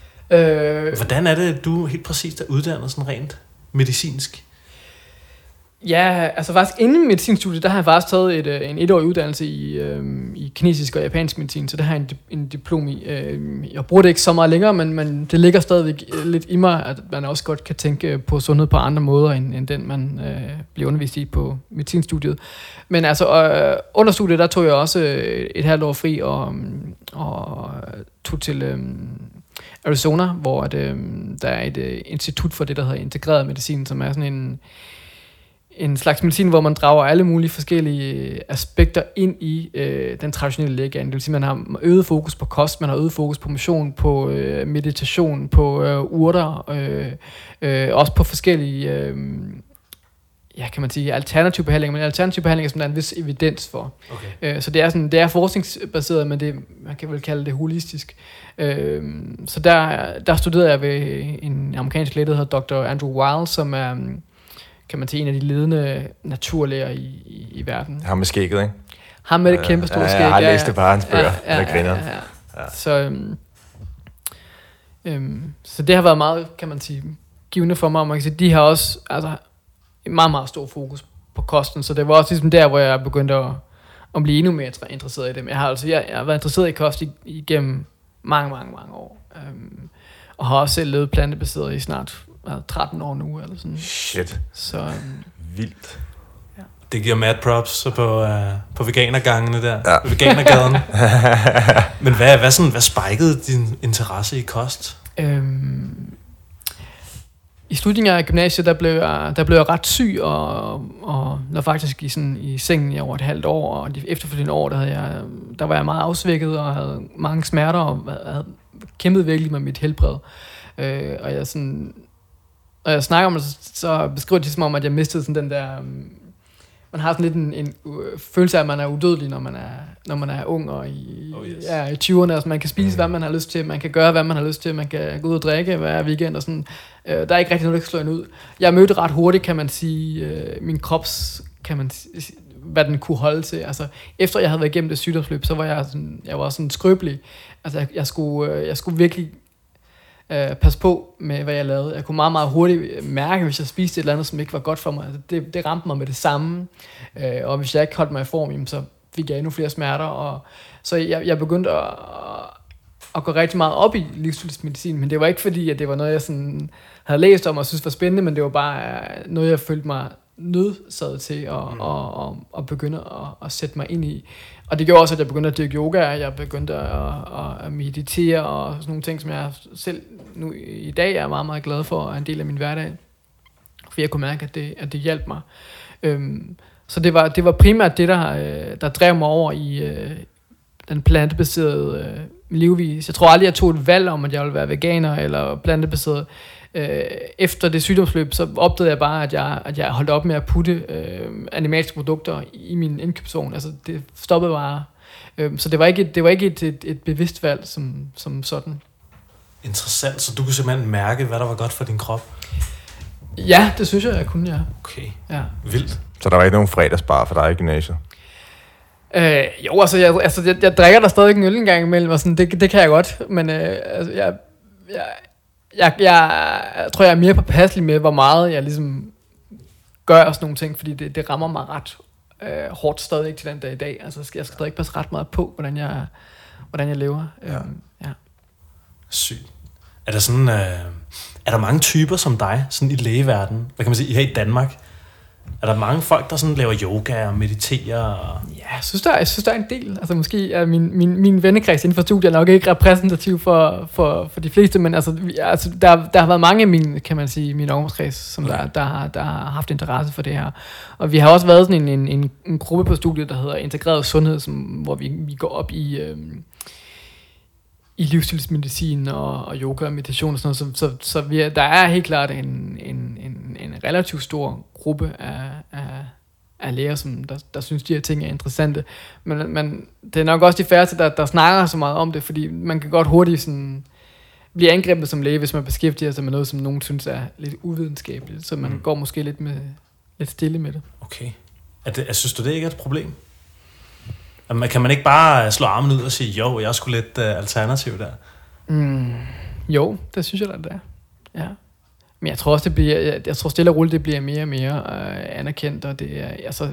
Øh. Hvordan er det, du helt præcist er uddannet sådan rent medicinsk? Ja, altså faktisk inden medicinstudiet, der har jeg faktisk taget et, en etårig uddannelse i, øh, i kinesisk og japansk medicin, så det har jeg en, en diplom i. Øh, jeg bruger det ikke så meget længere, men, men det ligger stadigvæk lidt i mig, at man også godt kan tænke på sundhed på andre måder, end, end den man øh, bliver undervist i på medicinstudiet. Men altså øh, under studiet, der tog jeg også et halvt år fri og, og tog til øh, Arizona, hvor at, øh, der er et øh, institut for det, der hedder integreret medicin, som er sådan en en slags medicin, hvor man drager alle mulige forskellige aspekter ind i øh, den traditionelle lægegerning. Det vil sige, man har øget fokus på kost, man har øget fokus på motion, på øh, meditation, på øh, urter, øh, øh, også på forskellige, øh, ja, kan man sige, alternative behandlinger, men alternative behandlinger, som der er en vis evidens for. Okay. Øh, så det er sådan, det er forskningsbaseret, men det, man kan vel kalde det holistisk. Øh, så der, der studerede jeg ved en amerikansk læge, der hedder doktor Andrew Weil, som er, kan man sige, en af de ledende naturlæger i, i, i verden. Ham med skægget, ikke? Ham med det kæmpe store skæg. Ja, jeg har læst det bare hans bøger, ja, ja, der griner. Ja, ja, ja. Så, øhm, øhm, så det har været meget, kan man sige, givende for mig. Man kan sige, de har også altså, et meget, meget stor fokus på kosten, så det var også ligesom der, hvor jeg begyndte at, at blive endnu mere interesseret i det. Jeg har, altså, jeg, jeg har været interesseret i kost igennem mange, mange, mange år. Øhm, og har også selv levet plantebaseret i snart tretten år nu, eller sådan. Shit. Så, øhm, vildt. Ja. Det giver mad props på, uh, på veganergangene der. Ja. Veganergaden. Men hvad, hvad, sådan, hvad spikede din interesse i kost? Øhm, I slutningen af gymnasiet, der blev jeg, der blev jeg ret syg, og, og når faktisk i, sådan, i sengen i over et halvt år, og de efterfølgende år, der, havde jeg, der var jeg meget afsvækket, og havde mange smerter, og havde kæmpet virkelig med mit helbred. Øh, og jeg sådan... Og jeg snakker om det, så beskriver det som om, at jeg mistede sådan den der... Um, man har sådan lidt en, en uh, følelse af, at man er udødelig, når man er, når man er ung og i, oh yes. ja, i tyverne. Altså man kan spise, mm. hvad man har lyst til, man kan gøre, hvad man har lyst til, man kan gå ud og drikke hver weekend og sådan. Uh, der er ikke rigtig noget, der kan slå en ud. Jeg mødte ret hurtigt, kan man sige, uh, min krops, kan man sige, hvad den kunne holde til. Altså efter jeg havde været igennem det sygdomsløb, så var jeg sådan, jeg var sådan skrøbelig. Altså jeg, jeg, skulle, uh, jeg skulle virkelig... Uh, pas på med, hvad jeg lavede. Jeg kunne meget, meget hurtigt mærke, hvis jeg spiste et eller andet, som ikke var godt for mig. Altså, det, det ramte mig med det samme. Uh, og hvis jeg ikke holdt mig i form, så fik jeg endnu flere smerter. Og, så jeg, jeg begyndte at, at gå rigtig meget op i livsstilsmedicin, men det var ikke fordi, at det var noget, jeg sådan havde læst om og synes var spændende, men det var bare noget, jeg følte mig nødsaget til at, mm. at, at, at begynde at, at sætte mig ind i. Og det gjorde også, at jeg begyndte at dyrke yoga, jeg begyndte at, at meditere og sådan nogle ting, som jeg selv nu i dag er meget, meget glad for, og en del af min hverdag. For jeg kunne mærke, at det, at det hjalp mig. Øhm, så det var, det var primært det, der, der drev mig over i øh, den plantebaserede øh, livsvis. Jeg tror aldrig, jeg tog et valg om, at jeg ville være veganer eller plantebaseret. Øh, efter det sygdomsløb, så opdagede jeg bare, at jeg, at jeg holdt op med at putte øh, animalske produkter i min indkøbsvogn. Altså, det stoppede bare. Øh, så det var ikke et, det var ikke et, et, et bevidst valg som, som sådan. Interessant, så du kunne simpelthen mærke, hvad der var godt for din krop? Ja, det synes jeg, jeg kunne, ja. Okay, ja. Vildt. Så der var ikke nogen fredagsbar for dig i gymnasiet? Øh, jo, altså, jeg, altså jeg, jeg drikker der stadig en øl en gang imellem, og sådan, det, det kan jeg godt, men øh, altså, jeg... jeg Jeg, jeg, jeg tror, jeg er mere påpasselig med, hvor meget jeg ligesom gør og sådan nogle ting, fordi det, det rammer mig ret øh, hårdt stadig til den dag i dag. Altså, jeg skal stadig passe ret meget på, hvordan jeg, hvordan jeg lever. Ja. Øhm, ja. Sygt. Er der sådan, øh, er der mange typer som dig, sådan i lægeverdenen? Hvad kan man sige, her i Danmark? Er der mange folk, der sådan laver yoga og mediterer? Og... Ja, jeg synes, der er, jeg synes, der er en del. Altså måske er min, min, min vennekreds inden for studiet nok ikke repræsentativ for, for, for de fleste, men altså, altså der, der har været mange af mine, kan man sige, mine omgangskreds, som okay. der, der, har, der har haft interesse for det her. Og vi har også været sådan en, en, en gruppe på studiet, der hedder Integreret Sundhed, som, hvor vi, vi går op i... Øhm, i livsstilsmedicin og, og yoga og meditation og sådan noget, så, så, så vi er, der er helt klart en, en, en, en relativt stor gruppe af, af, af læger, som der, der synes, de her ting er interessante. Men, men det er nok også de færreste, der, der snakker så meget om det, fordi man kan godt hurtigt sådan blive angrebet som læge, hvis man beskæftiger sig med noget, som nogen synes er lidt uvidenskabeligt, så man mm. går måske lidt, med, lidt stille med det. Okay. Er det, synes du, det ikke er et problem? Kan man ikke bare slå armen ud og sige, jo, jeg er sgu lidt uh, alternativ der? Mm, jo, det synes jeg da, det er. Ja. Men jeg tror også, det bliver, jeg, jeg tror stille og roligt, det bliver mere og mere øh, anerkendt, og det er, altså,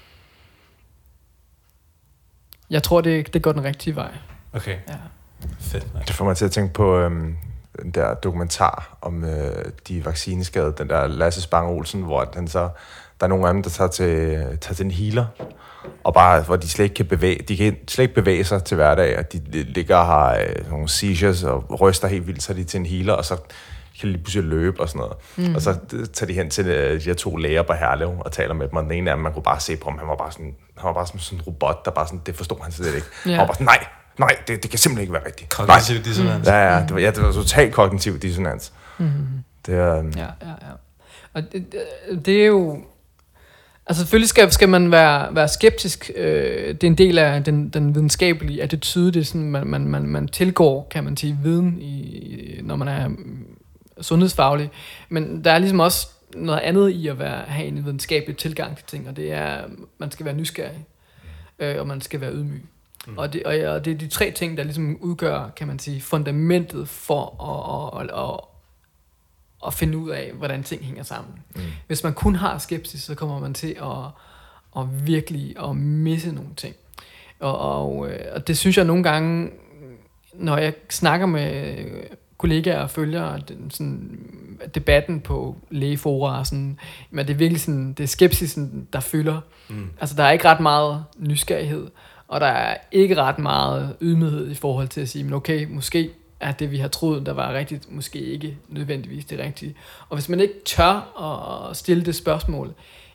jeg tror, det, det går den rigtige vej. Okay. Ja. Fedt, man. Det får mig til at tænke på øhm, den der dokumentar om øh, de vaccineskadede, den der Lasse Spang Olsen, hvor han så, der er nogle af dem, der tager til, tager til en healer, og bare, hvor de slet ikke kan bevæge, de kan slet ikke bevæge sig til hverdag, og de ligger og har øh, nogle seizures og ryster helt vildt, så er de til en healer, og så kan de lige pludselig løbe og sådan noget. Mm. Og så tager de hen til øh, de her to læger på Herlev og taler med dem, og den ene af dem, man kunne bare se på ham, han var bare sådan, han var bare sådan, sådan en robot, der bare sådan, det forstod han slet ikke. Ja. Han var bare sådan, nej, nej, det, det kan simpelthen ikke være rigtigt. Kognitiv dissonans. Ja, ja, det var, ja, det var totalt kognitiv dissonans. Mm. Det er... Ja, ja, ja. Og det, det, det er jo... Altså selvfølgelig skal, skal man være, være skeptisk. Øh, det er en del af den, den videnskabelige attitude, det er sådan, man, man, man, man tilgår, kan man sige, viden, i, når man er sundhedsfaglig. Men der er ligesom også noget andet i at være, have en videnskabelig tilgang til ting, og det er, man skal være nysgerrig, øh, og man skal være ydmyg. Mm. Og, det, og, og det er de tre ting, der ligesom udgør, kan man sige, fundamentet for at, at, at, at finde ud af, hvordan ting hænger sammen. Mm. Hvis man kun har skepsis, så kommer man til at, at virkelig at misse nogle ting. Og, og, og det synes jeg nogle gange, når jeg snakker med kollegaer og følger den, sådan, debatten på lægefora, sådan, men det er virkelig sådan, det er skepsisen, der fylder. Mm. Altså der er ikke ret meget nysgerrighed, og der er ikke ret meget ydmyghed i forhold til at sige, men okay, måske er det, vi har troet, der var rigtigt, måske ikke nødvendigvis det rigtige. Og hvis man ikke tør at stille det spørgsmål,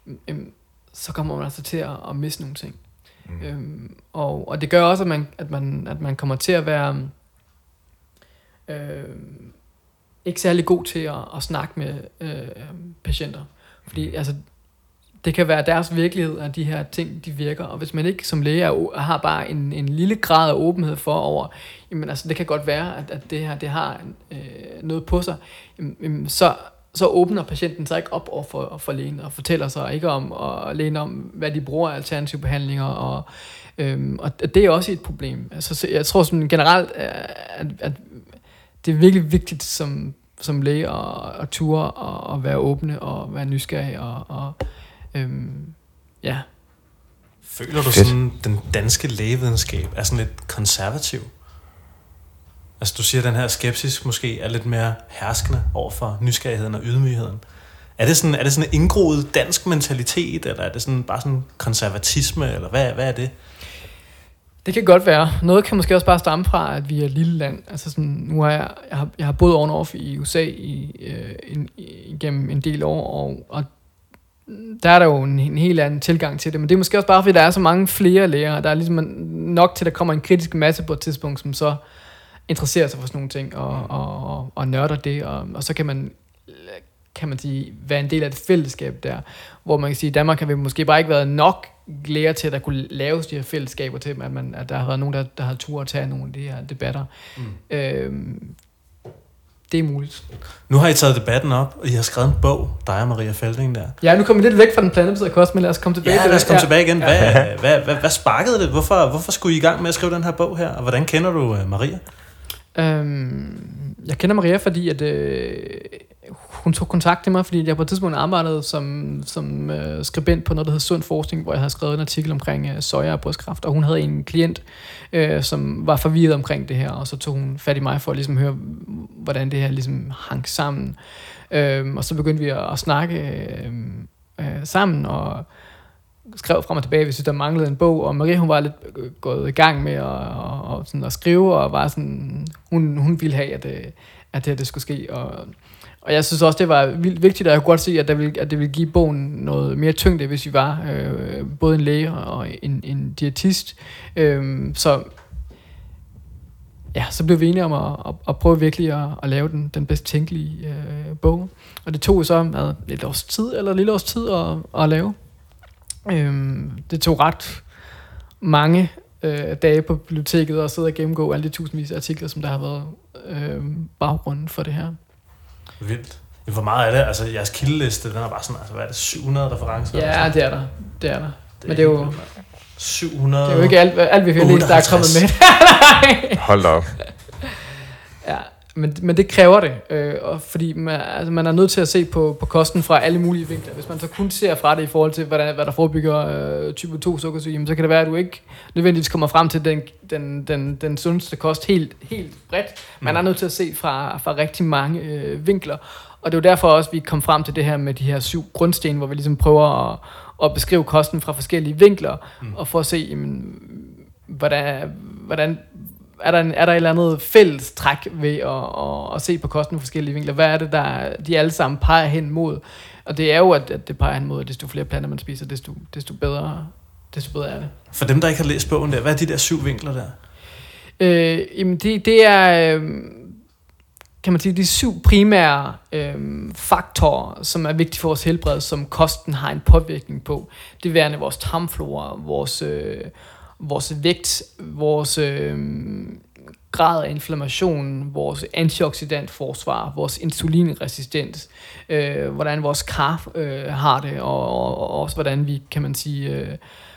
så kommer man altså til at, at miste nogle ting. Mm. Øhm, og, og det gør også, at man, at man, at man kommer til at være øh, ikke særlig god til at, at snakke med øh, patienter. Fordi altså, det kan være deres virkelighed, at de her ting, de virker. Og hvis man ikke som læge er, har bare en, en lille grad af åbenhed for over, jamen altså, det kan godt være, at, at det her det har øh, noget på sig, jamen, så, så åbner patienten sig ikke op over for, for lægen og fortæller sig ikke om, og lægen om, hvad de bruger af alternative behandlinger. Og, øhm, og det er også et problem. Altså, jeg tror sådan generelt, at, at det er virkelig vigtigt som, som læge at, at ture og at være åbne og være nysgerrig og, og Øhm, ja. Føler du sådan, den danske lægevidenskab er sådan lidt konservativ? Altså du siger, at den her skepsis måske er lidt mere herskende over for nysgerrigheden og ydmygheden. Er det sådan, er det sådan en indgroet dansk mentalitet, eller er det sådan bare sådan konservatisme, eller hvad, hvad er det? Det kan godt være. Noget kan måske også bare stamme fra, at vi er et lille land. Altså sådan, nu har jeg, jeg har, jeg har boet ovenover i U S A i, øh, en, igennem en del år, og, og der er der jo en, en helt anden tilgang til det, men det er måske også bare, fordi der er så mange flere læger, der er ligesom nok til, at der kommer en kritisk masse på et tidspunkt, som så interesserer sig for sådan nogle ting, og, og, og, og nørder det, og, og så kan man, kan man sige, være en del af et fællesskab der, hvor man kan sige, i Danmark har vi måske bare ikke været nok læger til, at der kunne laves de her fællesskaber til, at, man, at der har været nogen, der, der har tur at tage nogle af de her debatter. Mm. Øhm, Det er muligt. Nu har I taget debatten op, og I har skrevet en bog, dig og Maria Felding der. Ja, nu kommer vi lidt væk fra den plantebaserede kost, men lad os komme tilbage ja, til det. Ja, lad os komme tilbage igen. Hvad, hvad, hvad, hvad, hvad sparkede det? Hvorfor, hvorfor skulle I i gang med at skrive den her bog her? Og hvordan kender du uh, Maria? Øhm, jeg kender Maria, fordi at, øh, hun tog kontakt til mig, fordi jeg på et tidspunkt arbejdede som, som øh, skribent på noget, der hedder Sund Forskning, hvor jeg havde skrevet en artikel omkring øh, soja og brystkræft, og hun havde en klient, øh, som var forvirret omkring det her, og så tog hun fat i mig for at ligesom høre, hvordan det her ligesom hang sammen. Øh, og så begyndte vi at, at snakke øh, øh, sammen, og skrev frem og tilbage, hvis der manglede en bog, og Maria, hun var lidt gået i gang med at, og, og sådan at skrive, og var sådan, hun, hun ville have, at, at det her det skulle ske, og, og jeg synes også, det var vildt vigtigt, og jeg kunne godt se, at, der ville, at det ville give bogen noget mere tyngde, hvis vi var øh, både en læge og en, en diætist. Øh, så ja, så blev vi enige om at, at, at prøve virkelig at, at lave den, den bedst tænkelige øh, bog, og det tog så med et års tid, eller et lille års tid at, at lave. Øhm, det tog ret mange øh, dage på biblioteket og sidde og gennemgå alle de tusindvis af artikler, som der har været øh, baggrunden for det her. Vildt. Hvor meget er det? Altså jeres kildeliste, den er bare sådan, altså hvad er det, syv hundrede referencer? Ja, det er der. Det er der. Det Men det er jo syv hundrede. Det er jo ikke alt, alt vi har læst, der er kommet med. Hold op. Ja, Men, men det kræver det, øh, og fordi man, altså man er nødt til at se på, på kosten fra alle mulige vinkler. Hvis man så kun ser fra det i forhold til, hvad der, hvad der forebygger øh, type to sukkersyge, så kan det være, at du ikke nødvendigvis kommer frem til den, den, den, den sundeste kost helt, helt bredt. Man er nødt til at se fra, fra rigtig mange øh, vinkler, og det er jo derfor også, vi kom frem til det her med de her syv grundsten, hvor vi ligesom prøver at, at beskrive kosten fra forskellige vinkler, mm. og for at se, jamen, hvordan, hvordan Er der, en, er der et eller andet fælles træk ved at, at, at se på kosten fra forskellige vinkler? Hvad er det, der de alle sammen peger hen mod? Og det er jo, at, at det peger hen mod, at desto flere planter man spiser, desto, desto, bedre, desto bedre er det. For dem, der ikke har læst bogen der, hvad er de der syv vinkler der? Øh, jamen det, det er, kan man sige, de syv primære øh, faktorer, som er vigtige for vores helbred, som kosten har en påvirkning på. Det værende vores tarmflora, vores... Øh, vores vægt, vores øh, grad af inflammation, vores antioxidantforsvar, vores insulinresistens, øh, hvordan vores kar øh, har det, og, og, og også hvordan vi, kan man sige, øh,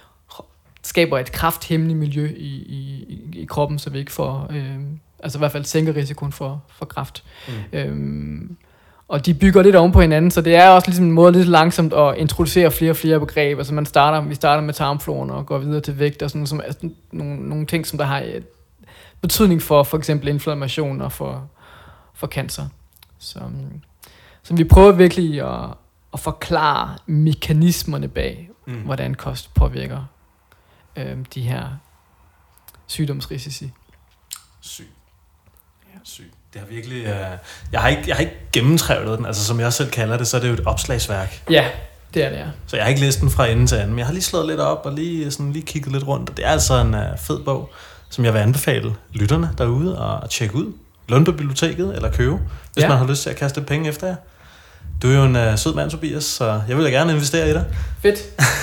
skaber et kræfthæmmende miljø i, i, i kroppen, så vi ikke får, øh, altså i hvert fald sænker risikoen for, for kræft. Mm. Øhm, Og de bygger lidt oven på hinanden, så det er også ligesom en måde lidt langsomt at introducere flere og flere begreber. Altså man starter, vi starter med tarmfloren og går videre til vægt og sådan, som er sådan nogle, nogle ting, som der har et betydning for for eksempel inflammation og for, for cancer. Så, så vi prøver virkelig at, at forklare mekanismerne bag, mm. hvordan kost påvirker øh, de her sygdomsrisici. Syg. Ja, syg. Det har virkelig, øh, jeg har ikke, jeg har ikke gennemtrævlet den, altså som jeg selv kalder det, så er det jo et opslagsværk. Ja, det er det, ja. Så jeg har ikke læst den fra ende til anden, men jeg har lige slået lidt op og lige, sådan, lige kigget lidt rundt, og det er altså en uh, fed bog, som jeg vil anbefale lytterne derude at tjekke ud. Låne på biblioteket eller købe, hvis ja. man har lyst til at kaste penge efter jer. Du er jo en uh, sød mand, Tobias, så jeg vil da gerne investere i dig. Fedt.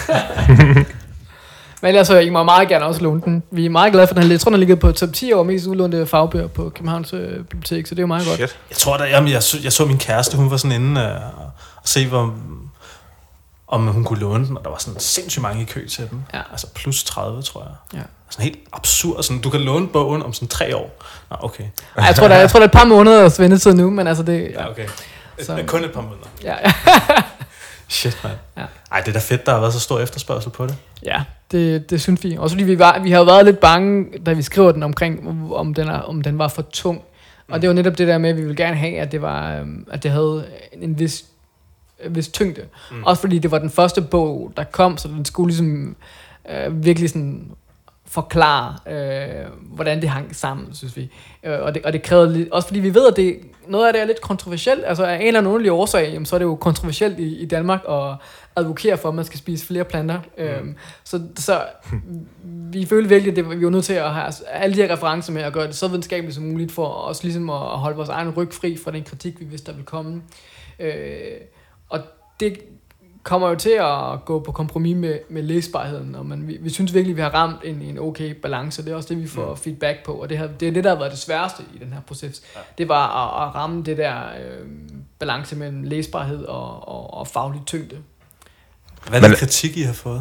Men altså, I må meget gerne også låne den. Vi er meget glade for den. Jeg tror, den ligger på top ti over mest udlånte fagbøger på Københavns øh, Bibliotek, så det er jo meget Shit. godt. Jeg tror da, jamen, jeg, så, jeg så min kæreste, hun var sådan inde øh, og se, hvor, om hun kunne låne den, og der var sådan sindssygt mange i kø til den. Ja. Altså plus tredive, tror jeg. Ja. Sådan helt absurd. Sådan, du kan låne bogen om sådan tre år. Nå, okay. Ej, jeg tror, der, jeg tror, der er et par måneder ventetid nu, men altså det... Ja, okay. Et, så, kun et par måneder. Ja, ja. Shit, man. Ja. Ej, det er da fedt, der har været så stor efterspørgsel på det. Ja, det, det synes vi. Også fordi vi, var, vi har været lidt bange, da vi skriver den omkring, om den, er, om den var for tung. Og det var netop det der med, at vi ville gerne have, at det, var, at det havde en vis, en vis tyngde. Mm. Også fordi det var den første bog, der kom, så den skulle ligesom øh, virkelig sådan forklare, øh, hvordan det hang sammen, synes vi. Øh, og, det, og det krævede lidt, også fordi vi ved, at det, noget af det er lidt kontroversielt. Altså af en eller anden underlig årsag, jamen, så er det jo kontroversielt i, i Danmark at advokere for, at man skal spise flere planter. Mm. Øhm, så, så vi følte virkelig, at det, vi var nødt til at have alle de her referencer med at gøre det så videnskabeligt som muligt, for os ligesom at holde vores egen ryg fri fra den kritik, vi vidste, der ville komme. Øh, og det kommer jo til at gå på kompromis med, med læsbarheden, og man, vi, vi synes virkelig, at vi har ramt en, en okay balance, det er også det, vi får mm. feedback på, og det, her, det er det, der har været det sværeste i den her proces. Ja. Det var at, at ramme det der øh, balance mellem læsbarhed og, og, og faglig tyngde. Hvad er den kritik, I har fået?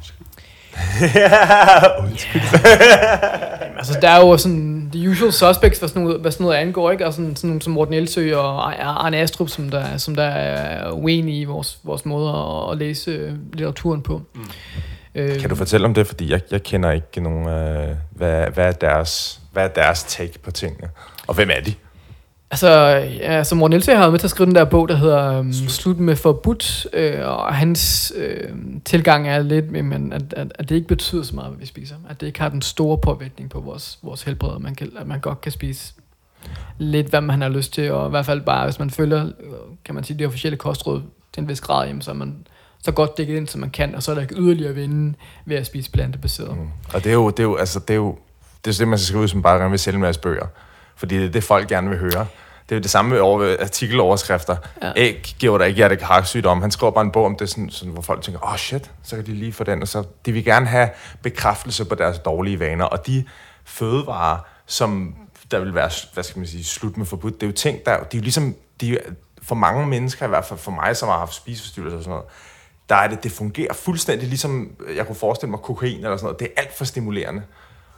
Undskyld. Jamen, altså, der er jo sådan the usual suspects, hvad sådan noget, hvad sådan noget angår, ikke? Og sådan, sådan nogle som Morten Elsø og Arne Astrup, som der, som der er uenige i vores, vores måde at, at læse litteraturen på. Mm. Øh, kan du fortælle om det? Fordi jeg, jeg kender ikke nogen, øh, hvad, hvad, er deres, hvad er deres take på tingene? Og hvem er de? Altså, ja, så Morten Elsø har været med til at skrive den der bog, der hedder um, Slut. Slut med forbudt, øh, og hans øh, tilgang er lidt, men at, at, at det ikke betyder så meget, hvad vi spiser. At det ikke har den store påvirkning på vores, vores helbred, at man, kan, at man godt kan spise lidt, hvad man har lyst til, og i hvert fald bare, hvis man følger, kan man sige, de officielle kostråd til en vis grad, jamen, så er man så godt dækket ind, som man kan, og så er der ikke yderligere at vinde ved at spise plantebaseret. Mm. Og det er jo, det er jo, altså, det er jo, det er det, man skal skrive ud, som bare gerne vil sælge med jeres bøger. Fordi det er det, folk gerne vil høre. Det er jo det samme over artikeloverskrifter. Ja. Æg giver der ikke hjertekarsygdom. Han skriver bare en bog om det, sådan, sådan, hvor folk tænker, åh oh shit, så kan de lige få den. Og så de vil gerne have bekræftelse på deres dårlige vaner. Og de fødevarer, som der vil være, hvad skal man sige, slut med forbudt, det er jo ting, der, de er jo ligesom, de er, for mange mennesker, i hvert fald for mig, som har haft spiseforstyrrelser og sådan noget, der er det, det fungerer fuldstændig ligesom, jeg kunne forestille mig, kokain eller sådan noget. Det er alt for stimulerende.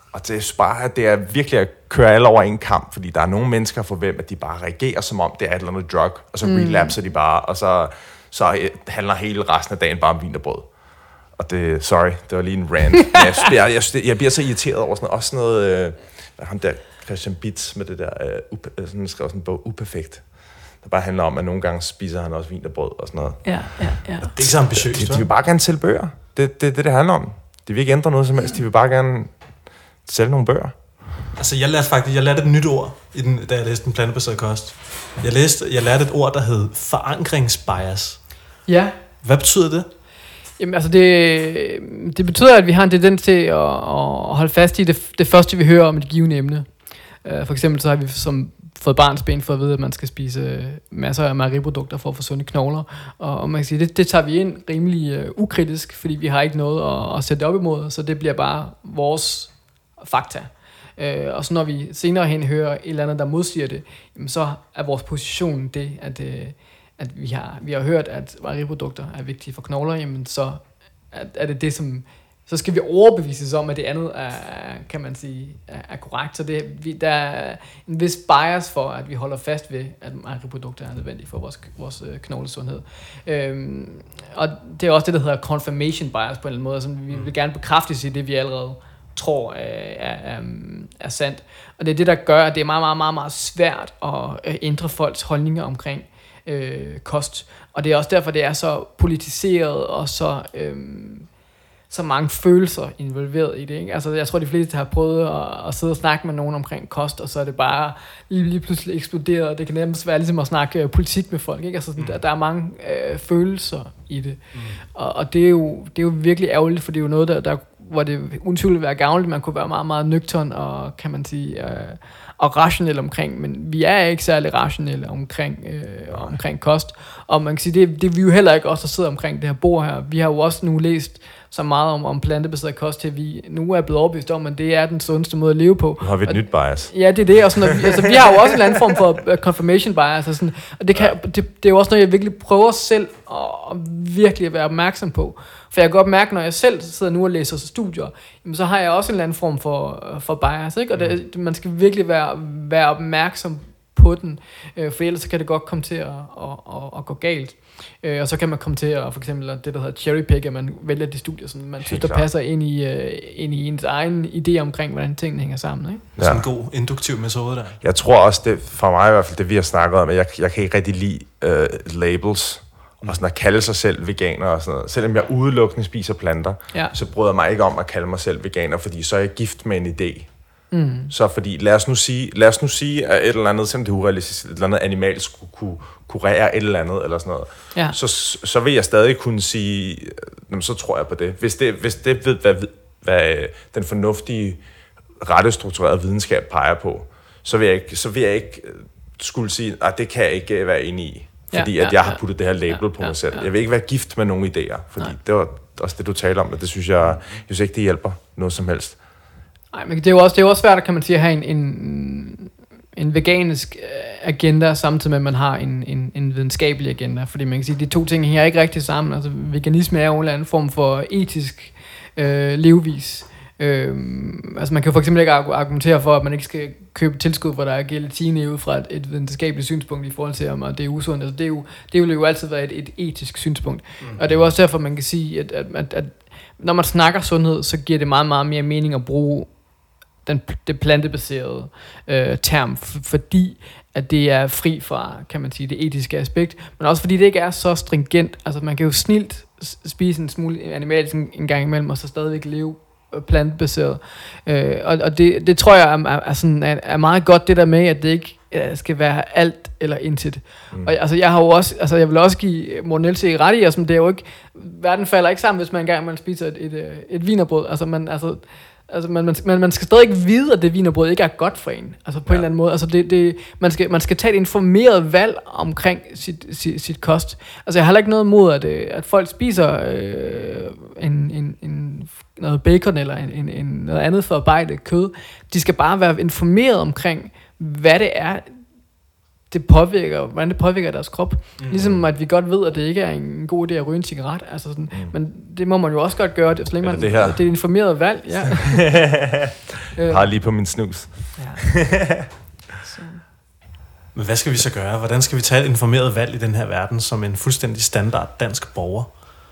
Og det er bare, at det er virkelig at køre alle over en kamp, fordi der er nogle mennesker for hvem, at de bare reagerer som om, det er et eller andet drug, og så mm. relapser de bare, og så, så handler hele resten af dagen bare om vin og brød. Og det, sorry, det var lige en rant. jeg, jeg, jeg, jeg bliver så irriteret over sådan noget, også sådan noget, øh, ham der Christian Bitz med det der, øh, up, sådan, skrev sådan en bog, Uperfekt. Der bare handler om, at nogle gange spiser han også vin og brød og sådan noget. Ja, ja, ja. Det er ikke så ambitiøst, de, de vil bare gerne sælge bøger. Det er det, det, det handler om. De vil ikke ændre noget som helst. De vil bare gerne sælge nogle bøger. Altså, jeg lærte faktisk jeg lærte et nyt ord, i den, da jeg læste Den plantebaserede kost. Jeg, læste, jeg lærte et ord, der hed forankringsbias. Ja. Hvad betyder det? Jamen, altså det, det betyder, at vi har en tendens til at, at holde fast i det, det første, vi hører om et givende emne. For eksempel så har vi som fået barnsben for at vide, at man skal spise masser af mejeriprodukter for at få sunde knogler. Og, og man kan sige, det, det tager vi ind rimelig uh, ukritisk, fordi vi har ikke noget at, at sætte op imod, så det bliver bare vores fakta. Uh, og så når vi senere hen hører et eller andet, der modsiger det, jamen så er vores position det, at, uh, at vi, har, vi har hørt, at mejeriprodukter er vigtige for knogler, jamen så er, er det det, som... Så skal vi overbevises om, at det andet er, kan man sige, er, er korrekt. Så det, vi, der er en vis bias for, at vi holder fast ved, at mejeriprodukter er nødvendige for vores, vores knoglesundhed. Øhm, og det er også det, der hedder confirmation bias på en eller anden måde. Altså, vi vil gerne bekræftes i det, vi allerede tror er, er, er sandt. Og det er det, der gør, at det er meget, meget, meget, meget svært at ændre folks holdninger omkring øh, kost. Og det er også derfor, det er så politiseret og så... Øh, så mange følelser involveret i det, ikke? Altså, jeg tror, de fleste har prøvet at, at sidde og snakke med nogen omkring kost, og så er det bare lige, lige pludselig eksploderet, og det kan nærmest være ligesom at snakke uh, politik med folk, ikke? Altså, sådan, mm. der, der er mange uh, følelser i det, mm. og, og det, er jo, det er jo virkelig ærgerligt, for det er jo noget, der, der hvor det utvivlsomt vil være gavnligt, man kunne være meget, meget nøgtern og, kan man sige, uh, og rationel omkring, men vi er ikke særlig rationelle omkring, uh, omkring kost, og man kan sige, det, det er vi jo heller ikke også, der sidder omkring det her bord her. Vi har jo også nu læst så meget om, om plantebaseret kost, til vi nu er blevet overbevist om, at det er den sundeste måde at leve på. Nu har vi et og, nyt bias. Ja, det er det. Og sådan, vi, altså, vi har jo også en eller anden form for confirmation bias. Og, sådan, og det, kan, det, det er jo også noget, jeg virkelig prøver selv at, at virkelig at være opmærksom på. For jeg kan godt mærke, når jeg selv sidder nu og læser studier, jamen, så har jeg også en eller anden form for, for bias. Ikke? Og det, man skal virkelig være, være opmærksom på den, øh, for ellers så kan det godt komme til at, at, at, at gå galt. Øh, og så kan man komme til at, for eksempel det, der hedder cherrypick, at man vælger de studier, som man synes, der passer ind i, uh, ind i ens egen idé omkring, hvordan tingene hænger sammen. Ikke? Ja. Sådan en god induktiv metode der. Jeg tror også, det for mig i hvert fald, det vi har snakket om, at jeg, jeg kan ikke rigtig lide uh, labels, mm. og sådan at kalde sig selv veganer og sådan noget. Selvom jeg udelukkende spiser planter, ja. så bryder jeg mig ikke om at kalde mig selv veganer, fordi så er jeg gift med en idé. Mm. Så fordi, lad os nu sige, lad os nu sige at et eller andet, som det er urealistisk, et eller andet animal skulle kunne kurere et eller andet, eller sådan noget, ja. så, så vil jeg stadig kunne sige, jamen, så tror jeg på det. Hvis det, hvis det ved, hvad, hvad den fornuftige, rette strukturerede videnskab peger på, så vil jeg ikke, så vil jeg ikke skulle sige, at det kan jeg ikke være enig i, fordi ja, ja, at jeg har puttet ja, det her label ja, på mig selv. Ja. Jeg vil ikke være gift med nogen idéer, fordi Nej. det var også det, du taler om, og det synes jeg, jeg synes ikke, det hjælper noget som helst. Nej, men det er jo også, det er jo også svært, kan man sige, at have en, en, en veganisk agenda, samtidig med, at man har en, en, en videnskabelig agenda. Fordi man kan sige, at de to ting hænger ikke rigtig sammen. Altså, veganisme er jo en eller anden form for etisk øh, levevis. Øh, altså, man kan for eksempel ikke argumentere for, at man ikke skal købe tilskud, hvor der er gelatine ud fra et, et videnskabeligt synspunkt i forhold til, om det er usundt. Altså, det, er jo, det vil jo altid være et, et etisk synspunkt. Mm. Og det er jo også derfor, man kan sige, at, at, at, at når man snakker sundhed, så giver det meget, meget mere mening at bruge den, det plantebaserede øh, term, f- fordi at det er fri fra, kan man sige, det etiske aspekt, men også fordi det ikke er så stringent. Altså man kan jo snilt spise en smule animalisk en gang imellem, og så stadigvæk leve plantebaseret. Øh, og og det, det tror jeg er, er, sådan, er, er meget godt, det der med, at det ikke uh, skal være alt eller intet. Mm. Og altså, jeg har jo også, altså jeg vil også give Morten Elsig ret i, altså, det er jo ikke, verden falder ikke sammen, hvis man engang man spiser et, et, et, et wienerbrød. Altså man, altså, altså man, man, man skal stadig ikke vide, at det wienerbrød ikke er godt for en. Altså på ja. en eller anden måde. Altså det, det, man, skal, man skal tage et informeret valg omkring sit, sit, sit kost. Altså jeg har heller ikke noget imod, at, at folk spiser øh, en, en, en, noget bacon eller en, en, en, noget andet forarbejdet kød. De skal bare være informeret omkring, hvad det er, det påvirker, hvordan det påvirker deres krop. Mm. Ligesom at vi godt ved, at det ikke er en god idé at ryge en cigaret. Altså sådan, mm. Men det må man jo også godt gøre, det, så længe man, det, det er informeret valg. Ja. Jeg har lige på min snus. Ja. Men hvad skal vi så gøre? Hvordan skal vi tage et informeret valg i den her verden som en fuldstændig standard dansk borger?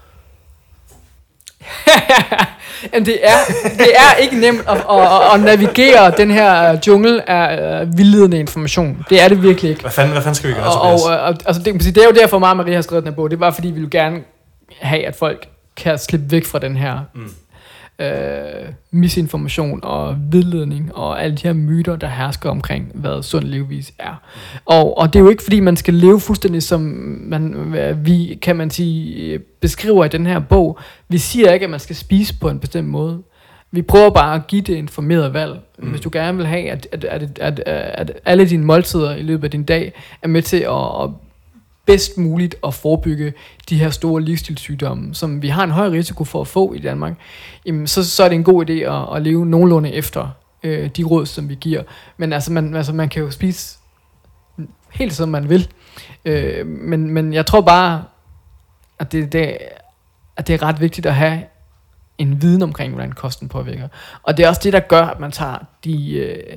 Jamen det er, det er ikke nemt at, at, at navigere den her jungle af uh, vildledende information. Det er det virkelig ikke. Hvad fanden, hvad fanden skal vi gøre, og, og, og, altså det, det er jo derfor meget, Marie har skrevet den her bog. Det er bare fordi, vi vil gerne have, at folk kan slippe væk fra den her mm. øh, misinformation og vildledning og alle de her myter, der hersker omkring, hvad sund levevis er. Mm. Og, og det er jo ikke fordi, man skal leve fuldstændig som man, vi, kan man sige, beskriver i den her bog. Vi siger ikke, at man skal spise på en bestemt måde. Vi prøver bare at give det informeret valg. Mm. Hvis du gerne vil have, at, at, at, at, at alle dine måltider i løbet af din dag er med til at, at bedst muligt at forebygge de her store livsstilssygdomme, som vi har en høj risiko for at få i Danmark, jamen, så, så er det en god idé at, at leve nogenlunde efter øh, de råd, som vi giver. Men altså man, altså, man kan jo spise helt som man vil. Øh, men, men jeg tror bare, at det, det, at det er ret vigtigt at have en viden omkring, hvordan kosten påvirker. Og det er også det, der gør, at man tager de... Øh,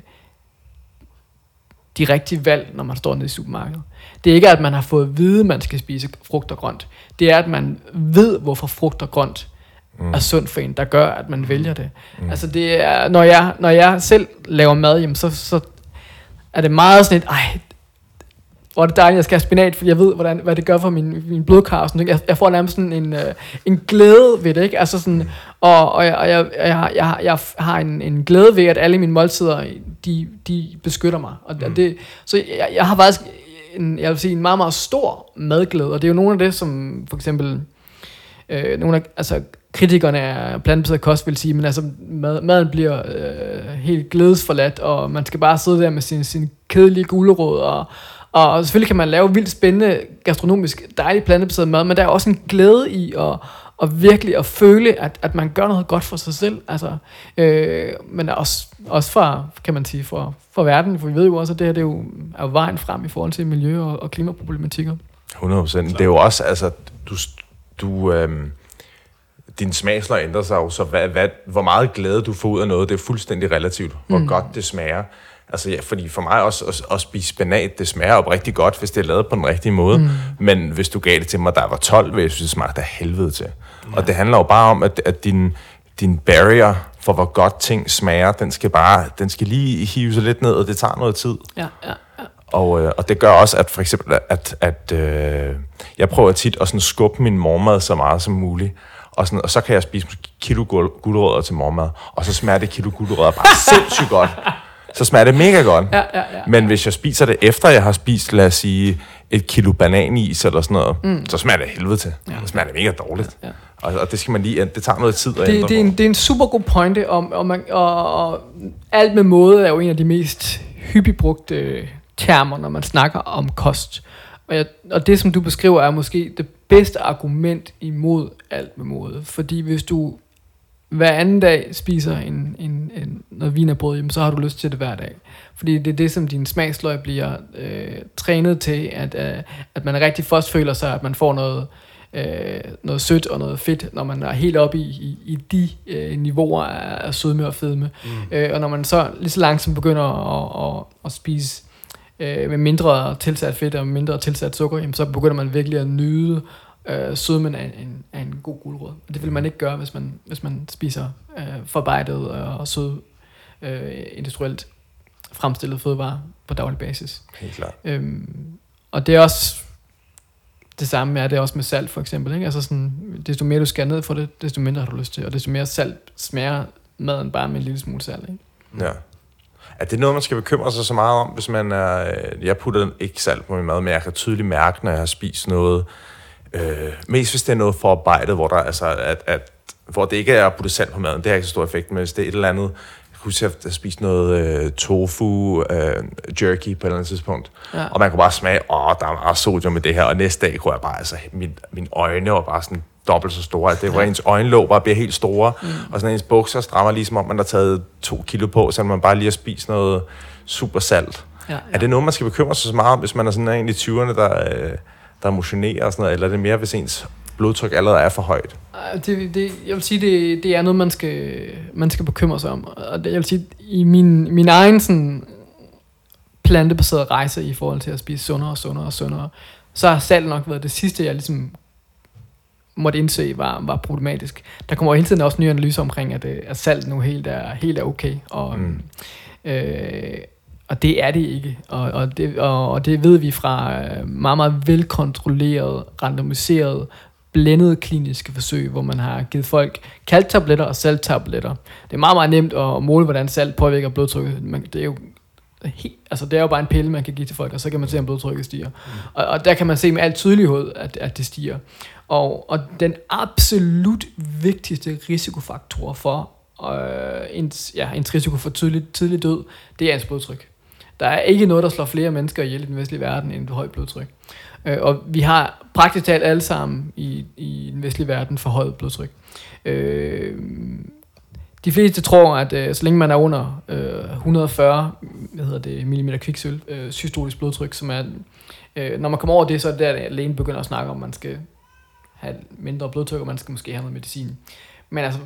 de rigtige valg, når man står nede i supermarkedet. Det er ikke, at man har fået at vide, at man skal spise frugt og grønt. Det er, at man ved, hvorfor frugt og grønt mm. er sundt for en, der gør, at man vælger det. Mm. Altså det er, når jeg, når jeg selv laver mad, jamen så, så er det meget sådan et, ej, hvor er det dejligt, at jeg skal have spinat, for jeg ved, hvordan, hvad det gør for min, min blodkar. Sådan, jeg, jeg får nærmest sådan en, øh, en glæde ved det, ikke? Altså sådan, og, og, jeg, og jeg, jeg, jeg, jeg har en, en glæde ved, at alle mine måltider, de, de beskytter mig. Og mm. det, så jeg, jeg har faktisk en, jeg vil sige, en meget, meget stor madglæde, og det er jo nogle af det, som for eksempel øh, nogle af, altså, kritikerne af plantebaseret kost vil sige, men altså mad, maden bliver øh, helt glædesforladt, og man skal bare sidde der med sin, sin kedelige gulerod, og Og selvfølgelig kan man lave vildt spændende, gastronomisk dejlig plantebaseret mad, men der er også en glæde i at, at virkelig at føle, at, at man gør noget godt for sig selv. Altså, øh, men også, også for, kan man sige, for, for verden, for vi ved jo også, at det her det er, jo, er jo vejen frem i forhold til miljø- og, og klimaproblematikker. hundrede procent. Det er jo også, altså, du, du øhm, din smagsløg ændrer sig jo, så hvad, hvad, hvor meget glæde du får ud af noget, det er fuldstændig relativt, hvor mm. godt det smager. Altså, ja, fordi for mig også at, at spise spinat, det smager jo rigtig godt, hvis det er lavet på den rigtige måde. Mm. Men hvis du gav det til mig, der var tolv, vil jeg synes, det smagte af helvede til. Ja. Og det handler jo bare om, at, at din, din barrier for, hvor godt ting smager, den skal bare, den skal lige hive sig lidt ned, og det tager noget tid. Ja, ja, ja. Og, øh, og det gør også, at for eksempel, at, at øh, jeg prøver tit at sådan skubbe min morgenmad så meget som muligt. Og, sådan, og så kan jeg spise kilo gulerødder til morgenmad, og så smager det kilo gulerødder bare sindssygt godt. Så smager det mega godt. Ja, ja, ja. Men hvis jeg spiser det efter, jeg har spist, lad os sige, et kilo bananis eller sådan noget, mm. så smager det helvede til. Ja. Så smager det mega dårligt. Ja, ja. Og, og det skal man lige, det tager noget tid at det, ændre det, er en, det er en super god pointe, om, og, man, og, og alt med måde er jo en af de mest hyppigt brugte termer, når man snakker om kost. Og, jeg, og det, som du beskriver, er måske det bedste argument imod alt med måde. Fordi hvis du hver anden dag spiser en, en, en, noget wienerbrød, jamen, så har du lyst til det hver dag. Fordi det er det, som din smagsløg bliver øh, trænet til, at, øh, at man rigtig først føler sig, at man får noget, øh, noget sødt og noget fedt, når man er helt oppe i, i, i de øh, niveauer af, af sødme og fedme. Mm. Øh, og når man så lige så langsomt begynder at, at, at spise øh, med mindre tilsat fedt og mindre tilsat sukker, jamen, så begynder man virkelig at nyde Øh, sødmen af en, af en god gulerod. Og det vil man ikke gøre, hvis man, hvis man spiser øh, forarbejdet og sød, øh, industrielt fremstillet fødevarer på daglig basis. Helt klart. Øhm, og det er også det samme er det også med salt for eksempel. Ikke? Altså sådan, desto mere du skærer ned for det, desto mindre har du lyst til, og desto mere salt smager maden bare med en lille smule salt. Ikke? Ja. Er det noget, man skal bekymre sig så meget om, hvis man er... Jeg putter ikke salt på min mad, men jeg kan tydeligt mærke, når jeg har spist noget. Øh, mest hvis det er noget forarbejdet, hvor der altså at, at hvor det ikke er at putte salt på maden, det har ikke så stor effekt, men hvis det er et eller andet, jeg husker, at jeg spiste noget øh, tofu øh, jerky på et eller andet tidspunkt, ja. Og man kunne bare smage, åh, der er meget sodium i det her, og næste dag kunne jeg bare, altså min, mine øjne var bare sådan dobbelt så store, det var ja. Ens øjenlåg bare bliver helt store, mm. og sådan ens bukser strammer ligesom om man har taget to kilo på, så man bare lige har spist noget super salt. Ja, ja. Er det noget, man skal bekymre sig så meget om, hvis man er sådan en i tyverne, der, der motionerer og sådan noget, eller er det mere, hvis ens blodtryk allerede er for højt? Det, det, jeg vil sige, det, det er noget, man skal, man skal bekymre sig om. Og det, jeg vil sige, i min, min egen sådan, plantebaserede rejse i forhold til at spise sundere og sundere og sundere, så har salt nok været det sidste, jeg ligesom måtte indse var, var problematisk. Der kommer hele tiden også nye analyser omkring, at, at salt nu helt er, helt er okay. Og, mm. øh, og det er det ikke. Og, og, det, og, og det ved vi fra meget, meget velkontrolleret, randomiseret, blændede kliniske forsøg, hvor man har givet folk kalktabletter og salttabletter. Det er meget, meget nemt at måle, hvordan salt påvirker blodtrykket. Man, det er jo helt, altså det er jo bare en pille, man kan give til folk, og så kan man se, om blodtrykket stiger. Mm. Og, og der kan man se med al tydelighed, at, at det stiger. Og, og den absolut vigtigste risikofaktor for øh, ens, ja, ens risiko for tidlig, tidlig død, det er ens blodtryk. Der er ikke noget, der slår flere mennesker ihjel i den vestlige verden, end et højt blodtryk. Øh, og vi har praktisk talt alle sammen i, i den vestlige verden forhøjet blodtryk. Øh, de fleste tror, at øh, så længe man er under øh, et hundrede og fyrre hvad hedder det, millimeter kviksølv, øh, systolisk blodtryk, som er, øh, når man kommer over det, så er det der, at lægen begynder at snakke om, at man skal have mindre blodtryk, og man skal måske have noget medicin. Men altså,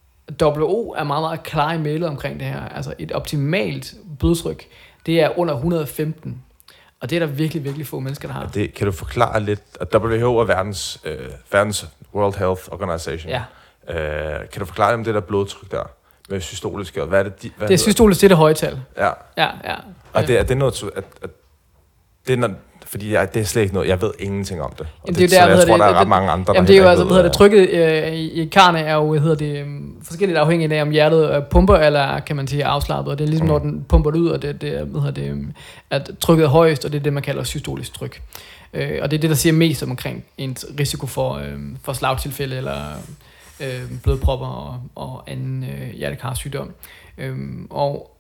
W O er meget, meget klar i mailet omkring det her. Altså, et optimalt blodtryk, det er under et hundrede og femten. Og det er der virkelig, virkelig få mennesker, der har. Det, kan du forklare lidt, at W H O er verdens, øh, verdens World Health Organization. Ja. Øh, kan du forklare om det der blodtryk der, med systolisk, og hvad er det? De, hvad det er systolisk, det er det høje tal. Ja. Ja, ja. Og det, er det noget, at, at det er noget, fordi jeg, det er slet ikke noget, jeg ved ingenting om det. Og jamen, det, det er så der, jeg tror, det, der er ret det, mange andre, jamen, der det er jo altså, ved, hvad hedder det, trykket øh, i, i karne er jo, hedder det, um, forskelligt afhængigt af, om hjertet øh, pumper, eller kan man sige afslappet, og det er ligesom, mm. når den pumper det ud, og det, det, hvad hedder det, um, at trykket er højest, og det er det, man kalder systolisk tryk. Øh, og det er det, der siger mest omkring en risiko for, øh, for slagtilfælde, eller øh, blodpropper og, og anden øh, hjertekarsygdom. Øh, og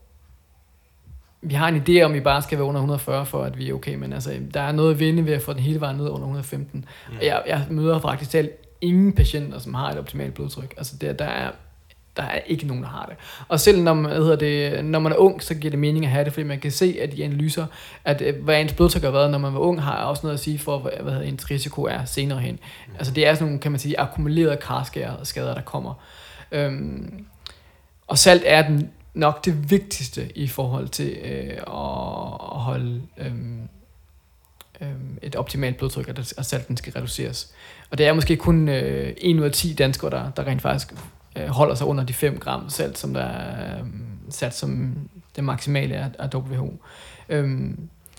vi har en idé om, at vi bare skal være under et hundrede og fyrre, for at vi er okay, men altså, der er noget at vinde ved at få den hele vejen ned under et hundrede og femten. Mm. Og jeg, jeg møder faktisk selv ingen patienter, som har et optimalt blodtryk. Altså, der, der, er, der er ikke nogen, der har det. Og selv når man, hedder det, når man er ung, så giver det mening at have det, fordi man kan se, at de analyser, at hvad ens blodtryk har været, når man var ung, har også noget at sige for, hvad, hvad ens risiko er senere hen. Mm. Altså, det er sådan nogle, kan man sige, akkumulerede karskader, der kommer. Øhm, og salt er den nok det vigtigste i forhold til øh, at holde øh, øh, et optimalt blodtryk, at, at salten skal reduceres. Og det er måske kun øh, en ud af ti danskere, der, der rent faktisk øh, holder sig under de fem gram salt, som der er øh, sat som det maksimale af, af W H O. Øh,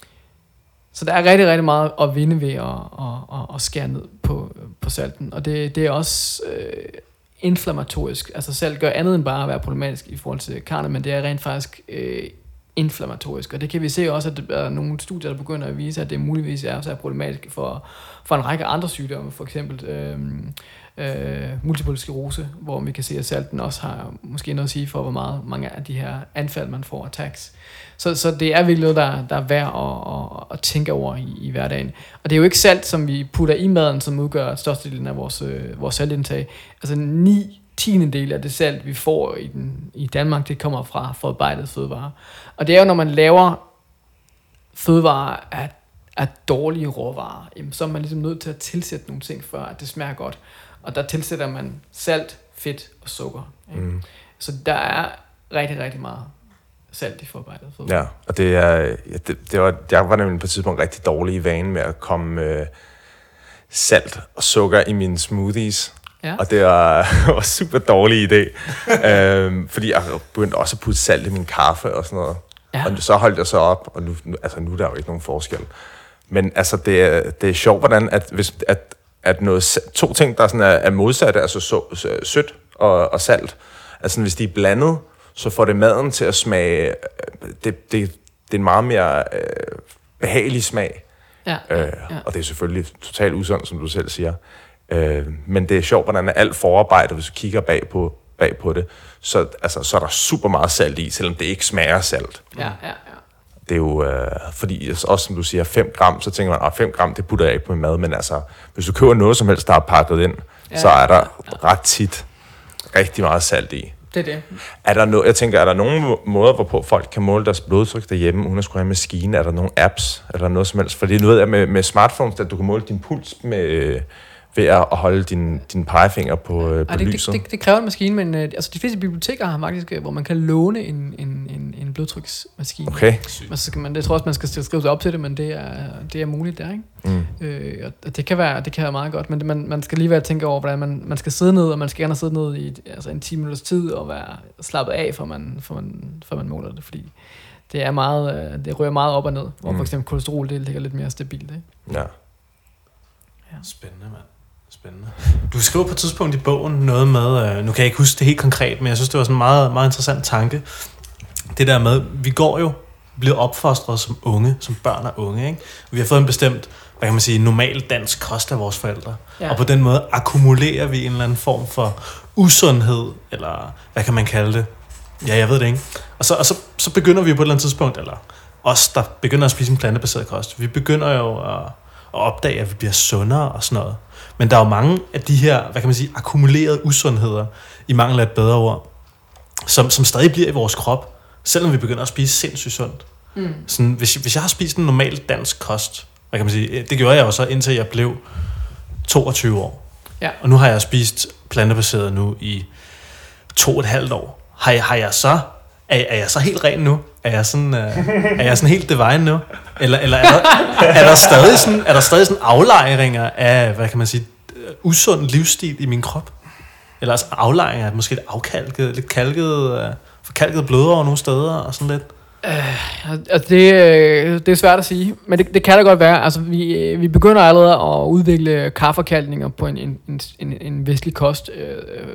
så der er rigtig, rigtig meget at vinde ved at, at, at, at skære ned på, på salten. Og det, det er også Øh, inflammatorisk. Altså salt gør andet end bare at være problematisk i forhold til karne, men det er rent faktisk øh, inflammatorisk. Og det kan vi se også, at der er nogle studier, der begynder at vise, at det muligvis er også er problematisk for, for en række andre sygdomme, for eksempel øh, øh, multiple sklerose, hvor vi kan se, at salten også har måske noget at sige for, hvor meget mange af de her anfald, man får, attacks. Så, så det er virkelig noget, der, der er værd at, at, at tænke over i, i hverdagen. Og det er jo ikke salt, som vi putter i maden, som udgør størstedelen af vores, øh, vores saltindtag. Altså ni tiendedel af det salt, vi får i, den, i Danmark, det kommer fra forarbejdet fødevarer. Og det er jo, når man laver fødevarer af, af dårlige råvarer, jamen, så er man ligesom nødt til at tilsætte nogle ting, før at det smager godt. Og der tilsætter man salt, fedt og sukker. Mm. Så der er rigtig, rigtig meget salt i forarbejdet fødevarer. Ja, og det er, ja, det, det var, jeg var nemlig på et tidspunkt rigtig dårlig i vanen med at komme øh, salt og sukker i mine smoothies. Ja. Og det var, var super dårlig idé. øhm, fordi jeg begyndte også at putte salt i min kaffe og sådan noget. Ja. Og så holdt jeg så op, og nu, nu, altså, nu er der jo ikke nogen forskel. Men altså, det er, det er sjovt, hvordan at, hvis, at, at noget, to ting, der sådan er, er modsatte, altså så, sødt og, og salt, altså hvis de er blandet, så får det maden til at smage, det, det, det er en meget mere øh, behagelig smag. Ja, øh, ja. Og det er selvfølgelig totalt usundt, som du selv siger. Øh, men det er sjovt, hvordan er alt forarbejde, hvis du kigger bag på, bag på det, så, altså, så er der super meget salt i, selvom det ikke smager salt. Ja, ja, ja. Det er jo, øh, fordi også som du siger, fem gram, så tænker man, at fem gram, det putter jeg ikke på min mad, men altså, hvis du køber noget som helst, der er pakket ind, ja, så er der ja, ja. ret tit rigtig meget salt i. Det er det. Er der no, jeg tænker, er der nogle måder, hvorpå folk kan måle deres blodtryk derhjemme, uden at skulle have en maskine? Er der nogle apps, eller noget som helst? Fordi nu ved jeg med, med smartphones, at du kan måle din puls med, ved at holde din, din pegefinger på, på Ej, det, lyset. det, det, det kræver en maskine, men øh, altså, de fleste biblioteker har faktisk, hvor man kan låne en, en, en, en blodtryksmaskine. Okay. Men så skal man, det tror også, man skal skrive sig op til det, men det er, det er muligt der, ikke? Mm. Øh, og det kan være, det kan være meget godt, men det, man, man skal lige være at tænke over, hvordan man, man skal sidde ned, og man skal gerne sidde ned i altså en ti minutters tid og være slappet af, for man, for man, for man måler det, fordi det er meget, det rører meget op og ned, hvor mm. for eksempel kolesterol, det ligger lidt mere stabilt, ikke? Ja. Ja. Spændende, mand. Spændende. Du skriver på et tidspunkt i bogen noget med, øh, nu kan jeg ikke huske det helt konkret, men jeg synes, det var sådan en meget, meget interessant tanke. Det der med, vi går jo, bliver opfostret som unge, som børn og unge, ikke? Vi har fået en bestemt, hvad kan man sige, normal dansk kost af vores forældre. Ja. Og på den måde akkumulerer vi en eller anden form for usundhed, eller hvad kan man kalde det? Ja, jeg ved det ikke. Og så, og så, så begynder vi på et eller andet tidspunkt, eller os, der begynder at spise en plantebaseret kost, vi begynder jo at, at opdage, at vi bliver sundere og sådan noget. Men der er jo mange af de her, hvad kan man sige, akkumulerede usundheder, i mangel af et bedre ord, som, som stadig bliver i vores krop, selvom vi begynder at spise sindssygt sundt. Mm. Sådan, hvis, hvis jeg har spist en normal dansk kost, hvad kan man sige, det gjorde jeg jo så, indtil jeg blev toogtyve år. Ja. Og nu har jeg spist plantebaseret nu i to og et halvt år. Har jeg, har jeg så, er, er jeg så helt ren nu? Er jeg sådan, uh, er jeg sådan helt divine nu? Eller, eller er, der, er, der stadig sådan, er der stadig sådan aflejringer af, hvad kan man sige, usund livsstil i min krop? Eller altså aflejringer af måske lidt afkalket, lidt kalket, uh, forkalket blodårer nogle steder og sådan lidt? Uh, altså det, det er svært at sige, men det, det kan da godt være. Altså vi, vi begynder allerede at udvikle kafferkalkninger på en, en, en, en vestlig kost, øh,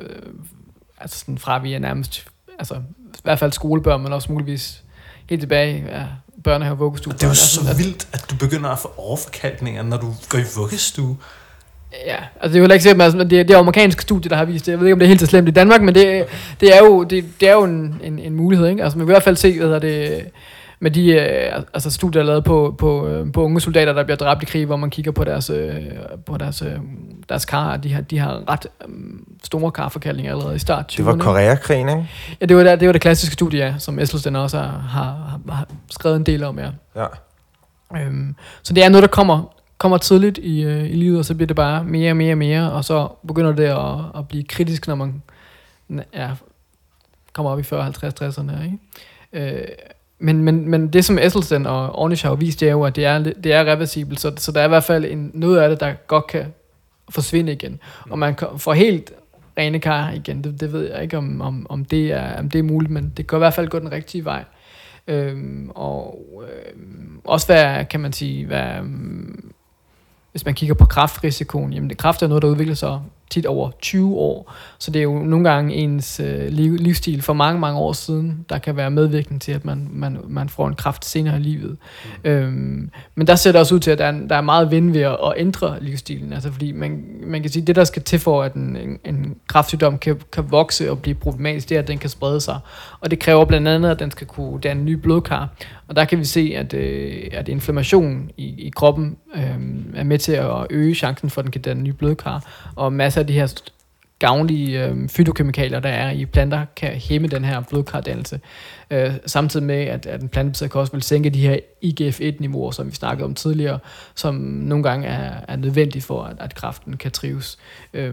altså sådan fra vi er nærmest, altså i hvert fald skolebørn, men også muligvis helt tilbage ja, børnehave og vuggestue. Og det er jo så altså, vildt, at du begynder at få overforkalkninger, når du går i vuggestue. Ja, altså det er jo heller ikke sikkert, altså, det, er, det er amerikanske studie, der har vist det. Jeg ved ikke, om det er helt så slemt i Danmark, men det, det er jo, det, det er jo en, en, en mulighed, ikke? Altså man kan i hvert fald se, hvad hedder det, med de øh, altså studier, der er lavet på, på, øh, på unge soldater, der bliver dræbt i krig, hvor man kigger på deres, øh, på deres, øh, deres kar, de har, de har ret øh, store karforkaldinger allerede i start tyverne. Det var Koreakrigen, ikke? Ja, det var det, det var det klassiske studie, ja, som Esselstyn også har, har, har skrevet en del om, ja. Ja. Øhm, så det er noget, der kommer kommer tidligt i, øh, i livet, og så bliver det bare mere og mere og mere, og så begynder det at, at blive kritisk, når man ja, kommer op i fyrre, halvtreds, tresserne. Ikke? Øh, men, men, men det, som Esselstyn og Ornish har vist, det er jo, at det er, det er reversibelt, så, så der er i hvert fald en, noget af det, der godt kan forsvinde igen. Og man kan få helt rene kar igen, det, det ved jeg ikke, om, om, om, det er, om det er muligt, men det kan i hvert fald gå den rigtige vej. Øhm, og øhm, også hvad, kan man sige, hvad... Øhm, hvis man kigger på kræftrisikoen, jamen det kræft er noget, der udvikler sig tit over tyve år, så det er jo nogle gange ens øh, liv, livsstil for mange, mange år siden, der kan være medvirkende til, at man, man, man får en kræft senere i livet. Mm. Øhm, men der ser det også ud til, at der er, der er meget vind ved at ændre livsstilen, altså fordi man, man kan sige, at det, der skal til for, at en, en, en kræftsygdom kan, kan vokse og blive problematisk, det er, at den kan sprede sig, og det kræver blandt andet, at den skal kunne danne nye blodkar, og der kan vi se, at, øh, at inflammation i, i kroppen øh, er med til at øge chancen for, at den kan danne nye blodkar, og masser af de her gavnlige øh, fytokemikalier, der er i planter, kan hæmme den her blodkardannelse. Øh, samtidig med, at, at en plantebaseret kost vil sænke de her I G F et niveauer, som vi snakkede om tidligere, som nogle gange er, er nødvendige for, at, at kræften kan trives. Øh,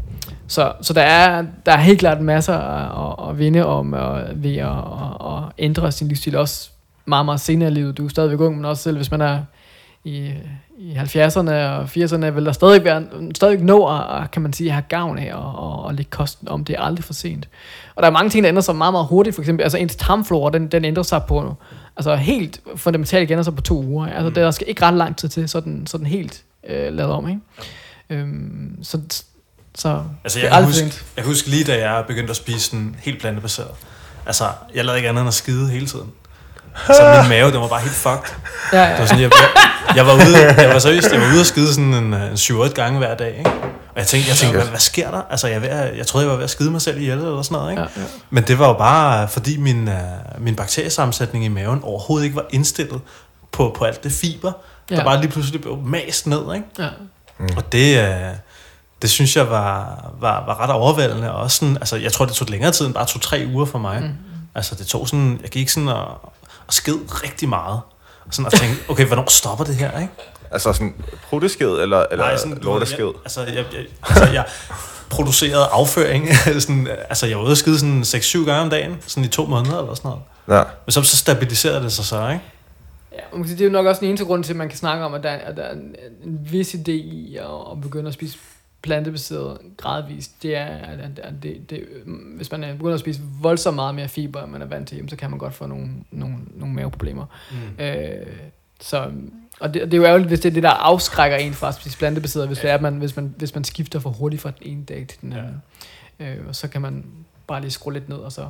så så der, er, der er helt klart masser at, at vinde om at, ved at, at, at ændre sin livsstil, også meget, meget senere i livet. Du er stadigvæk ung, men også selv hvis man er i, i halvfjerdserne og firserne, vil der stadig være stadig nå at, kan man sige, have gavn af og, og, og lægge kosten om. Det er aldrig for sent. Og der er mange ting, der ændrer sig meget, meget hurtigt. For eksempel, altså ens tarmflora, den, den ændrer sig på, altså helt fundamentalt ændrer sig på to uger. Altså, der skal ikke ret lang tid til, så den, så den helt øh, lavet om, ikke? Øhm, så, så altså, jeg, kan huske, jeg kan huske lige, da jeg begyndte at spise sådan helt plantebaseret. Altså, jeg lavede ikke andet end at skide hele tiden. Så min mave, den var bare helt fucked. Ja, ja. Det var sådan, jeg, jeg var ude, jeg var seriøst, jeg var ude og skide sådan en, en syv otte gange hver dag, ikke? Og jeg tænkte, jeg tænkte, hvad, hvad sker der? Altså, jeg, ved, jeg troede, jeg var ved at skide mig selv ihjel eller sådan noget, ikke? Ja, ja. Men det var jo bare, fordi min, uh, min bakteriesammensætning i maven overhovedet ikke var indstillet på, på alt det fiber, ja. Der bare lige pludselig blev mast ned, ikke? Ja. Mm. Og det, uh, Det synes jeg var, var, var ret overvældende, og også sådan, altså, jeg tror, det tog længere tid end bare to-tre uger for mig. Mm. Altså, det tog sådan, jeg gik sådan og, og sked rigtig meget. Og sådan at tænke, okay, hvornår stopper det her, ikke? Altså sådan pruttesked, eller, eller Nej, sådan, lortesked? Jeg, altså, jeg, jeg, altså, jeg producerede afføring. sådan, altså, jeg var ude at skide sådan seks syv gange om dagen, sådan i to måneder eller sådan noget. Ja. Men så, så stabiliserede det sig så, ikke? Ja, man kan sige, det er jo nok også den eneste grund til, at man kan snakke om, at der, at der er en, en vis idé i at, at begynde at spise plantebaseret gradvist. Det er, at, at det, det, hvis man begynder at spise voldsomt meget mere fiber, end man er vant til, så kan man godt få nogle, nogle, nogle maveproblemer. Mm. Øh, så, og det, det er jo ærgerligt, hvis det er det, der afskrækker en fra at spise plantebaseret, hvis, ja. det er, at man, hvis, man, hvis man skifter for hurtigt fra den ene dag til den anden. Ja. Øh, og så kan man bare lige skrue lidt ned, og så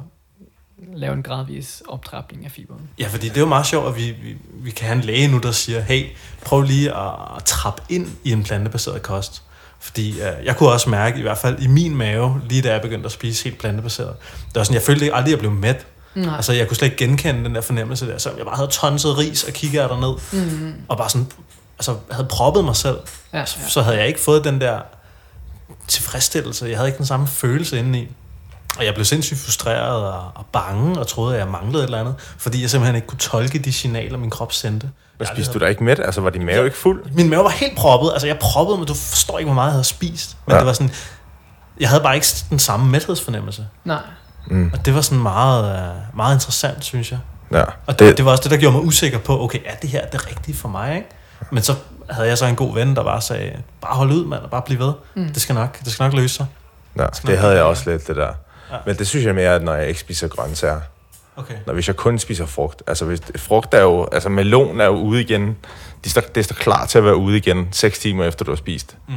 lave en gradvis optrapning af fiberen. Ja, fordi det er jo meget sjovt, at vi, vi, vi kan have en læge nu, der siger, hey, prøv lige at, at trappe ind i en plantebaseret kost. Fordi øh, jeg kunne også mærke, i hvert fald i min mave, lige da jeg begyndte at spise helt plantebaseret, det var sådan, jeg følte aldrig, at jeg blev mæt. Nej. Altså, jeg kunne slet ikke genkende den der fornemmelse der, så jeg bare havde tonset ris og kiggede derned, mm. og bare sådan, altså, havde proppet mig selv. Ja, ja. Så, så havde jeg ikke fået den der tilfredsstillelse, jeg havde ikke den samme følelse indeni. Og jeg blev sindssygt frustreret og, og bange, og troede, at jeg manglede et eller andet, fordi jeg simpelthen ikke kunne tolke de signaler, min krop sendte. Hvad spiste du da ikke mæt? Altså, var din mave ja, ikke fuld? Min mave var helt proppet. Altså, jeg proppede, men du forstår ikke, hvor meget jeg havde spist. Men ja. det var sådan, jeg havde bare ikke den samme mæthedsfornemmelse. Nej. Mm. Og det var sådan meget, meget interessant, synes jeg. Ja. Og det, det var også det, der gjorde mig usikker på, okay, er det her det rigtige for mig, ikke? Men så havde jeg så en god ven, der bare sagde, bare hold ud, mand, og bare bliv ved. Mm. Det skal nok, det skal nok løse sig. Ja, det, det havde jeg også lidt, det der. Ja. Men det synes jeg mere, at når jeg ikke spiser grøntsager. Okay. Når hvis jeg kun spiser frugt. Altså hvis, frugt er jo, altså melon er jo ude igen. Det står, det står klar til at være ude igen seks timer efter du har spist. Mm.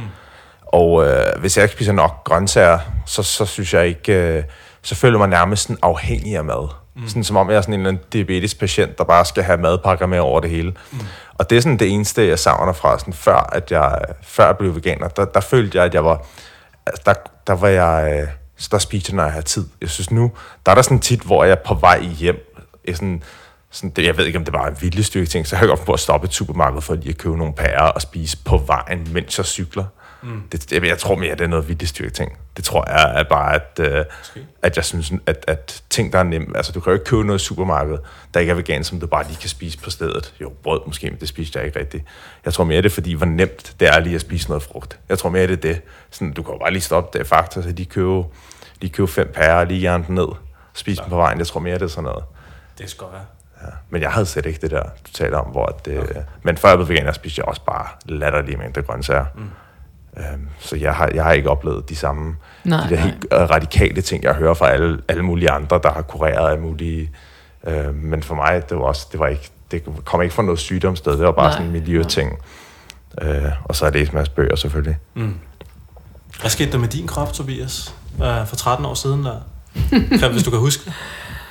Og øh, hvis jeg ikke spiser nok grøntsager, så, så synes jeg ikke, øh, så føler jeg mig nærmest sådan afhængig af mad. Mm. Sådan som om jeg er sådan en eller anden diabetes patient, der bare skal have madpakker med over det hele. Mm. Og det er sådan det eneste, jeg savner fra sådan før, at jeg, før jeg blev veganer. Der, der følte jeg, at jeg var, altså der, der var jeg... Øh, Så der spiser, når jeg har tid. Jeg synes nu, der er der sådan tit, hvor jeg er på vej hjem. Jeg, sådan, sådan, det, jeg ved ikke, om det var en viljestyrke ting, så jeg har godt på at stoppe et supermarked for lige at købe nogle pærer og spise på vejen, mens jeg cykler. Mm. Det, jeg, jeg tror mere, det er noget viljestyrke ting. Det tror jeg er bare, at, øh, at jeg synes, at, at ting, der er nemt. Altså, du kan jo ikke købe noget supermarked, der ikke er vegan, som du bare lige kan spise på stedet. Jo, brød måske, men det spiser jeg ikke rigtigt. Jeg tror mere, det er fordi, hvor nemt det er lige at spise noget frugt. Jeg tror mere, det er det. Sådan, du kan jo bare lige stoppe det faktisk, så de køber, de køber fem pærer, lige gerne den ned, spise dem på vejen. Jeg tror mere, det er sådan noget. Det skal godt være. Ja, men jeg havde set ikke det der, du taler om, hvor det... Okay. Men før jeg blev veganer, spiste jeg også bare latterlige mængder grøntsager. Mm. Um, så jeg har, jeg har ikke oplevet de samme nej, de der helt radikale ting, jeg hører fra alle, alle mulige andre, der har kureret alle mulige... Uh, men for mig, det var også, det var ikke, det kom ikke fra noget sygdomssted, det var bare nej, sådan en miljøting. Uh, og så er det et masse bøger selvfølgelig. Mm. Hvad skete der med din krop, Tobias, uh, for tretten år siden, der? Kan, hvis du kan huske det?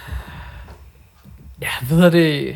Ja, ved det...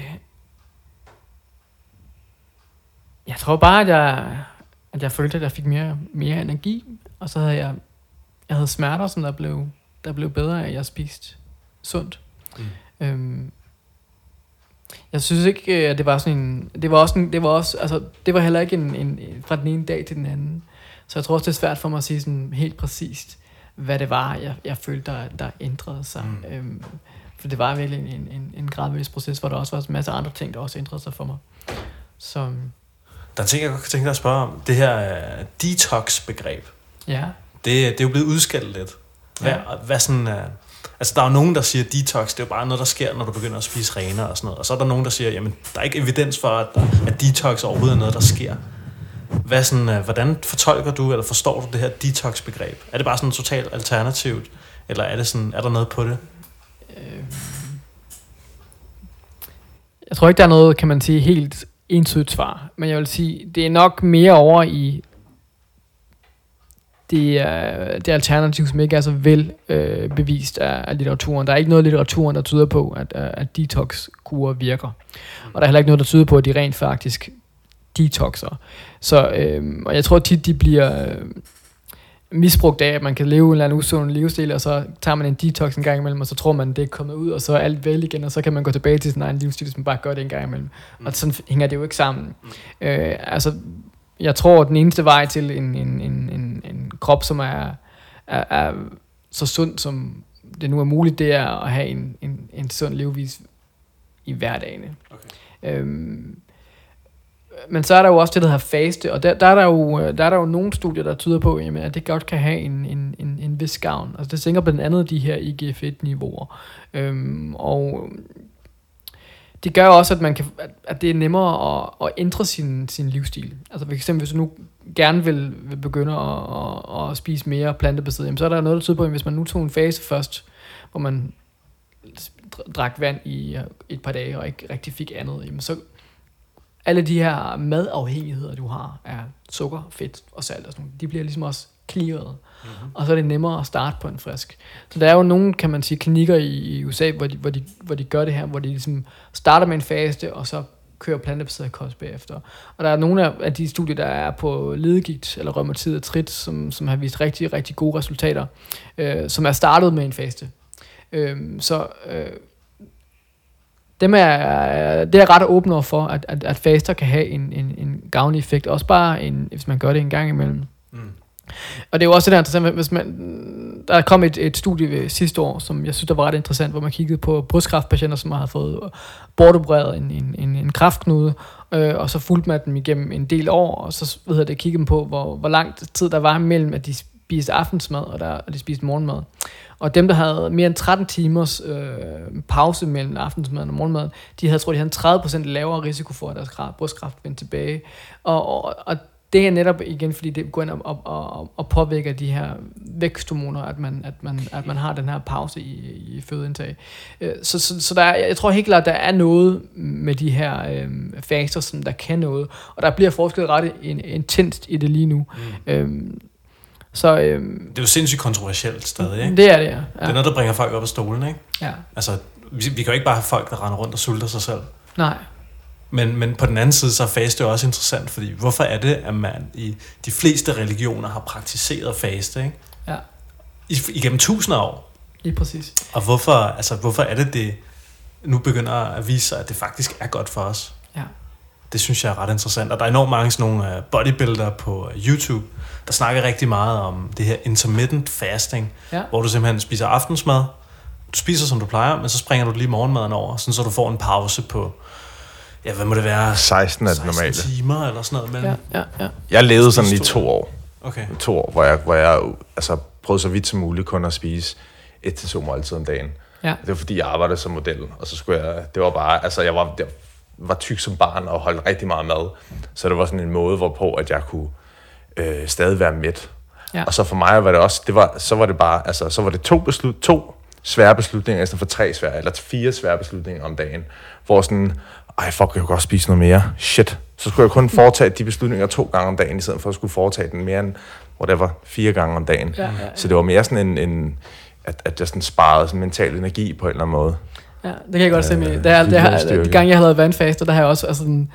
Jeg tror bare, at jeg... at jeg følte, at jeg fik mere, mere energi, og så havde jeg, jeg havde smerter, som der blev, der blev bedre af, at jeg spiste sundt. Mm. Øhm, jeg synes ikke, at det var sådan en, det var også, en, det var også, altså, det var heller ikke en, en, fra den ene dag til den anden. Så jeg tror også, det er svært for mig at sige sådan helt præcist, hvad det var, jeg, jeg følte, der, der ændrede sig. Mm. Øhm, for det var virkelig en, en, en gradvis proces, hvor der også var en masse andre ting, der også ændrede sig for mig. Så... Der er ting, jeg godt kan tænke dig at spørge om. Det her uh, detox-begreb. Ja. Det, det er jo blevet udskældt lidt. Hvad, ja. hvad sådan, uh, altså, der er jo nogen, der siger, at detox, det er jo bare noget, der sker, når du begynder at spise renere og sådan noget. Og så er der nogen, der siger, jamen, der er ikke evidens for, at, at detox overhovedet er noget, der sker. Hvad sådan, uh, hvordan fortolker du, eller forstår du det her detox-begreb? Er det bare sådan totalt alternativt? Eller er, det sådan, er der noget på det? Jeg tror ikke, der er noget, kan man sige, helt... entydigt svar, men jeg vil sige, det er nok mere over i det, uh, det alternativ, som ikke er så vel uh, bevist af, af litteraturen. Der er ikke noget i litteraturen, der tyder på, at, uh, at detox-kurer virker. Og der er heller ikke noget, der tyder på, at de rent faktisk detoxer. Så, uh, og jeg tror tit, de bliver uh, misbrugt af, at man kan leve en eller anden usund livsstil, og så tager man en detox en gang imellem, og så tror man, det er kommet ud, og så er alt vel igen, og så kan man gå tilbage til sin egen livsstil, hvis man bare gør det en gang imellem. Mm. Og sådan hænger det jo ikke sammen. Mm. Øh, altså, jeg tror, at den eneste vej til en, en, en, en, en krop, som er, er, er så sund, som det nu er muligt, det er at have en, en, en sund levevis i hverdagen. Okay. Øhm, men så er der jo også det, der hedder faste, og der, der, er, der, jo, der er der jo nogle studier, der tyder på, jamen, at det godt kan have en, en, en, en vis gavn. Altså det sænker blandt andet de her I G F et niveauer. Øhm, og det gør også, at, man kan, at det er nemmere at, at ændre sin, sin livsstil. Altså for eksempel, hvis du nu gerne vil, vil begynde at, at, at spise mere plantebaseret, jamen, så er der noget, der tyder på, at hvis man nu tog en fase først, hvor man drak vand i et par dage og ikke rigtig fik andet, jamen, så alle de her madafhængigheder, du har, er sukker, fedt og salt og sådan noget, de bliver ligesom også clearet. Mm-hmm. Og så er det nemmere at starte på en frisk. Så der er jo nogle, kan man sige, klinikker i, i U S A, hvor de, hvor, de, hvor de gør det her, hvor de ligesom starter med en faste, og så kører plantebaseret kost bagefter. Og der er nogle af de studier, der er på ledegigt, eller rheumatoid arthrit, som, som har vist rigtig, rigtig gode resultater, øh, som er startet med en faste. Øh, så øh, dem er, det er ret åbne for, at, at, at faster kan have en, en, en gavnlig effekt, også bare en, hvis man gør det en gang imellem. Mm. Og det er jo også det der interessant, hvis man, der kom et, et studie ved sidste år, som jeg synes, der var ret interessant, hvor man kiggede på brystkræftpatienter, som har fået bortopereret en, en, en, en kræftknude, øh, og så fulgte man dem igennem en del år, og så ved jeg det, kiggede dem på, hvor, hvor lang tid der var mellem, at de spiste aftensmad, og, der, og de spiste morgenmad. Og dem, der havde mere end tretten timers øh, pause mellem aftensmaden og morgenmaden, de havde, tror de havde en tredive procent lavere risiko for, at deres brystkræft vendte tilbage. Og, og, og det er netop igen, fordi det går ind og, og, og, og påvirker de her væksthormoner, at man, at man, at man har den her pause i, i fødeindtag. Så, så, så der er, jeg tror helt klart, der er noget med de her øh, faser, som der kan noget. Og der bliver forsket ret intenst i det lige nu. Mm. Øhm, så, øhm, det er jo sindssygt kontroversielt stadig, ikke? Det er det, ja. Ja. Det er noget, der bringer folk op af stolen, ikke? Ja. Altså, vi, vi kan jo ikke bare have folk, der render rundt og sulter sig selv. Nej. Men, men på den anden side, så er faste jo også interessant, fordi hvorfor er det, at man i de fleste religioner har praktiseret faste, ikke? Ja. I, igennem tusinder af år. Ja, præcis. Og hvorfor, altså, hvorfor er det, det nu begynder at vise sig, at det faktisk er godt for os? Ja. Det synes jeg er ret interessant. Og der er enormt mange sådan nogle bodybuildere på YouTube, der snakker rigtig meget om det her intermittent fasting, ja. Hvor du simpelthen spiser aftensmad, du spiser som du plejer, men så springer du lige morgenmaden over, sådan så du får en pause på, ja, hvad må det være? seksten er det normale. Timer eller sådan noget. Mellem. Ja, ja, ja. Jeg levede sådan i to år. Okay. To år, hvor jeg, hvor jeg altså, prøvede så vidt som muligt kun at spise et til to måltider om dagen. Ja. Det var fordi, jeg arbejdede som model, og så skulle jeg, det var bare, altså jeg var, jeg var tyk som barn og holdt rigtig meget mad. Så det var sådan en måde, hvorpå at jeg kunne øh, stadig være mæt. Ja. Og så for mig var det også, det var, så var det bare, altså så var det to, beslut, to svære beslutninger, i stedet for tre svære, eller fire svære beslutninger om dagen. Hvor sådan, ej fuck, jeg kunne godt spise noget mere. Shit. Så skulle jeg kun foretage de beslutninger to gange om dagen, i stedet for at skulle foretage den mere end, whatever, fire gange om dagen. Ja, ja, ja. Så det var mere sådan en, en at, at jeg sådan sparede sådan mental energi på en eller anden måde. Ja, det kan jeg godt se med. Der, der, der, de gange jeg har lavet vandfaster, der har jeg også altså sådan,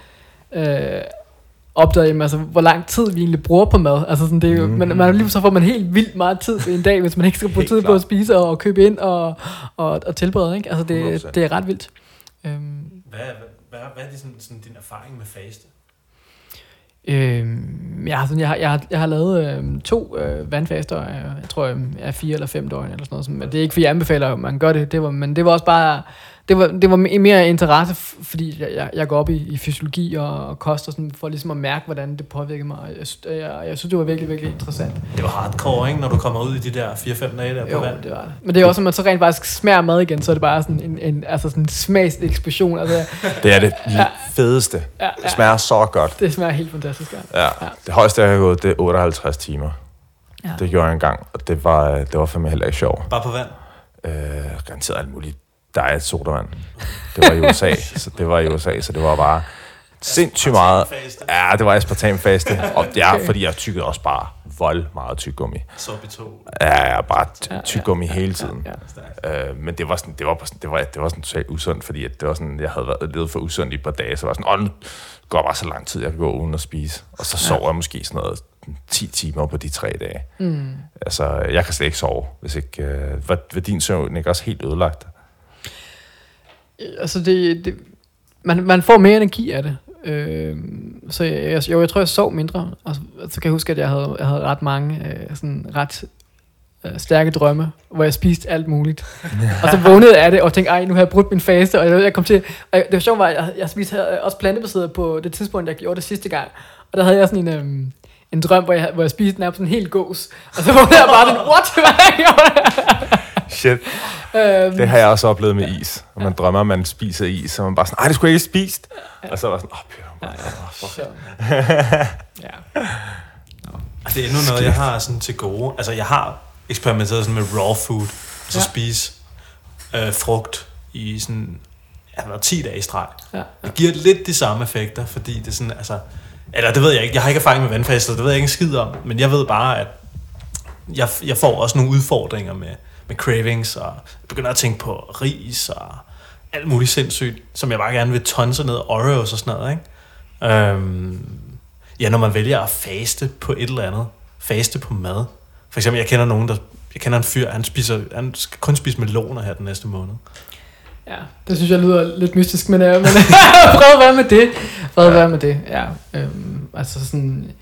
øh, opdaget, altså, hvor lang tid vi egentlig bruger på mad. Altså sådan, det er jo, mm. man, man, lige så får man helt vildt meget tid en dag, hvis man ikke skal bruge tid på at spise og, og købe ind og, og, og tilberede. Ikke? Altså det, det er ret vildt. Øhm. Hvad, hvad, hvad er det sådan, sådan din erfaring med faste? Øhm, jeg, har sådan, jeg, har, jeg, har, jeg har lavet øh, to øh, vandfaster, øh, jeg tror jeg er fire eller fem døgn eller sådan noget. Men det er ikke fordi jeg anbefaler, at man gør det, det var, men det var også bare, det var, det var mere interesse, fordi jeg, jeg går op i, i fysiologi og, og kost og sådan, for ligesom at mærke, hvordan det påvirker mig. Jeg, jeg, jeg synes, det var virkelig, virkelig interessant. Det var hardcore, ikke, når du kommer ud i de der fire fem dage der på jo, vand? Det var det. Men det er også, at man så rent faktisk smager mad igen, så er det bare sådan en, en, altså sådan en smagseksplosion. Altså, det er det ja. fedeste. Ja, ja. Det smager så godt. Det smager helt fantastisk, ja. Ja. Ja. Det højeste, jeg har gået, det er otteoghalvtreds timer. Ja. Det gjorde jeg engang, og det var, det var fandme heller ikke sjovt. Bare på vand? Øh, garanteret alt muligt. Der er et sodavand. Det var i U S A, så det var i U S A, så det var bare sindssygt meget. Ja, det var aspartamfaste, og det er, fordi jeg tykkede også bare vold meget tyggegummi. Sorbitol. Ja, ja, bare tyggegummi hele tiden. Øh, men det var sådan, det var sådan, det var, det var sådan totalt usundt, fordi at det var sådan, jeg havde været levet for usundt i et par dage, så var sådan, åh, nu går bare så lang tid, jeg kan gå uden at spise, og så sover jeg måske sådan noget ti timer på de tre dage. Mm. Altså, jeg kan slet ikke sove, hvis ikke. Øh, var, var din søvn ikke også helt ødelagt? Altså det, det man, man får mere energi af det. Øh, så jeg, jeg, jo, jeg tror jeg sov mindre. Altså, så kan jeg huske, at jeg havde, jeg havde ret mange øh, sådan ret øh, stærke drømme, hvor jeg spiste alt muligt. Og så vågnede jeg af det, og tænkte, ej, nu har jeg brudt min faste, og jeg, jeg kom til, og jeg, det var sjovt, var, jeg, jeg spiste også plantebaseret på det tidspunkt, jeg gjorde det sidste gang, og der havde jeg sådan en, øhm, en drøm, hvor jeg, hvor jeg spiste nærmest en hel gås, og så vågnede jeg bare sådan, what, hvad Shit. Um, det har jeg også oplevet med is. Og man drømmer, at man spiser is, og man bare sådan, nej, det skulle jeg ikke spist. Og så var jeg sådan, åh, pyr, ja. Det er endnu noget, jeg har sådan til gode. Altså, jeg har eksperimenteret sådan med raw food, så ja. spise øh, frugt i sådan, ja, ti dage i streg. Ja, ja. Det giver lidt de samme effekter, fordi det er sådan, altså, eller det ved jeg ikke, jeg har ikke erfaring med vandfaster, det ved jeg ikke en skid om, men jeg ved bare, at jeg, jeg får også nogle udfordringer med med cravings, og jeg begynder at tænke på ris og alt muligt sindssygt, som jeg bare gerne vil tonse ned, Oreos og sådan noget, ikke? Øhm, ja, når man vælger at faste på et eller andet, faste på mad. For eksempel, jeg kender nogen, der, jeg kender en fyr, han, spiser, han skal kun spise meloner her den næste måned. Ja, det synes jeg lyder lidt mystisk, men, øh, men prøv at være med det. Prøv at være med det, ja. Øhm, altså sådan...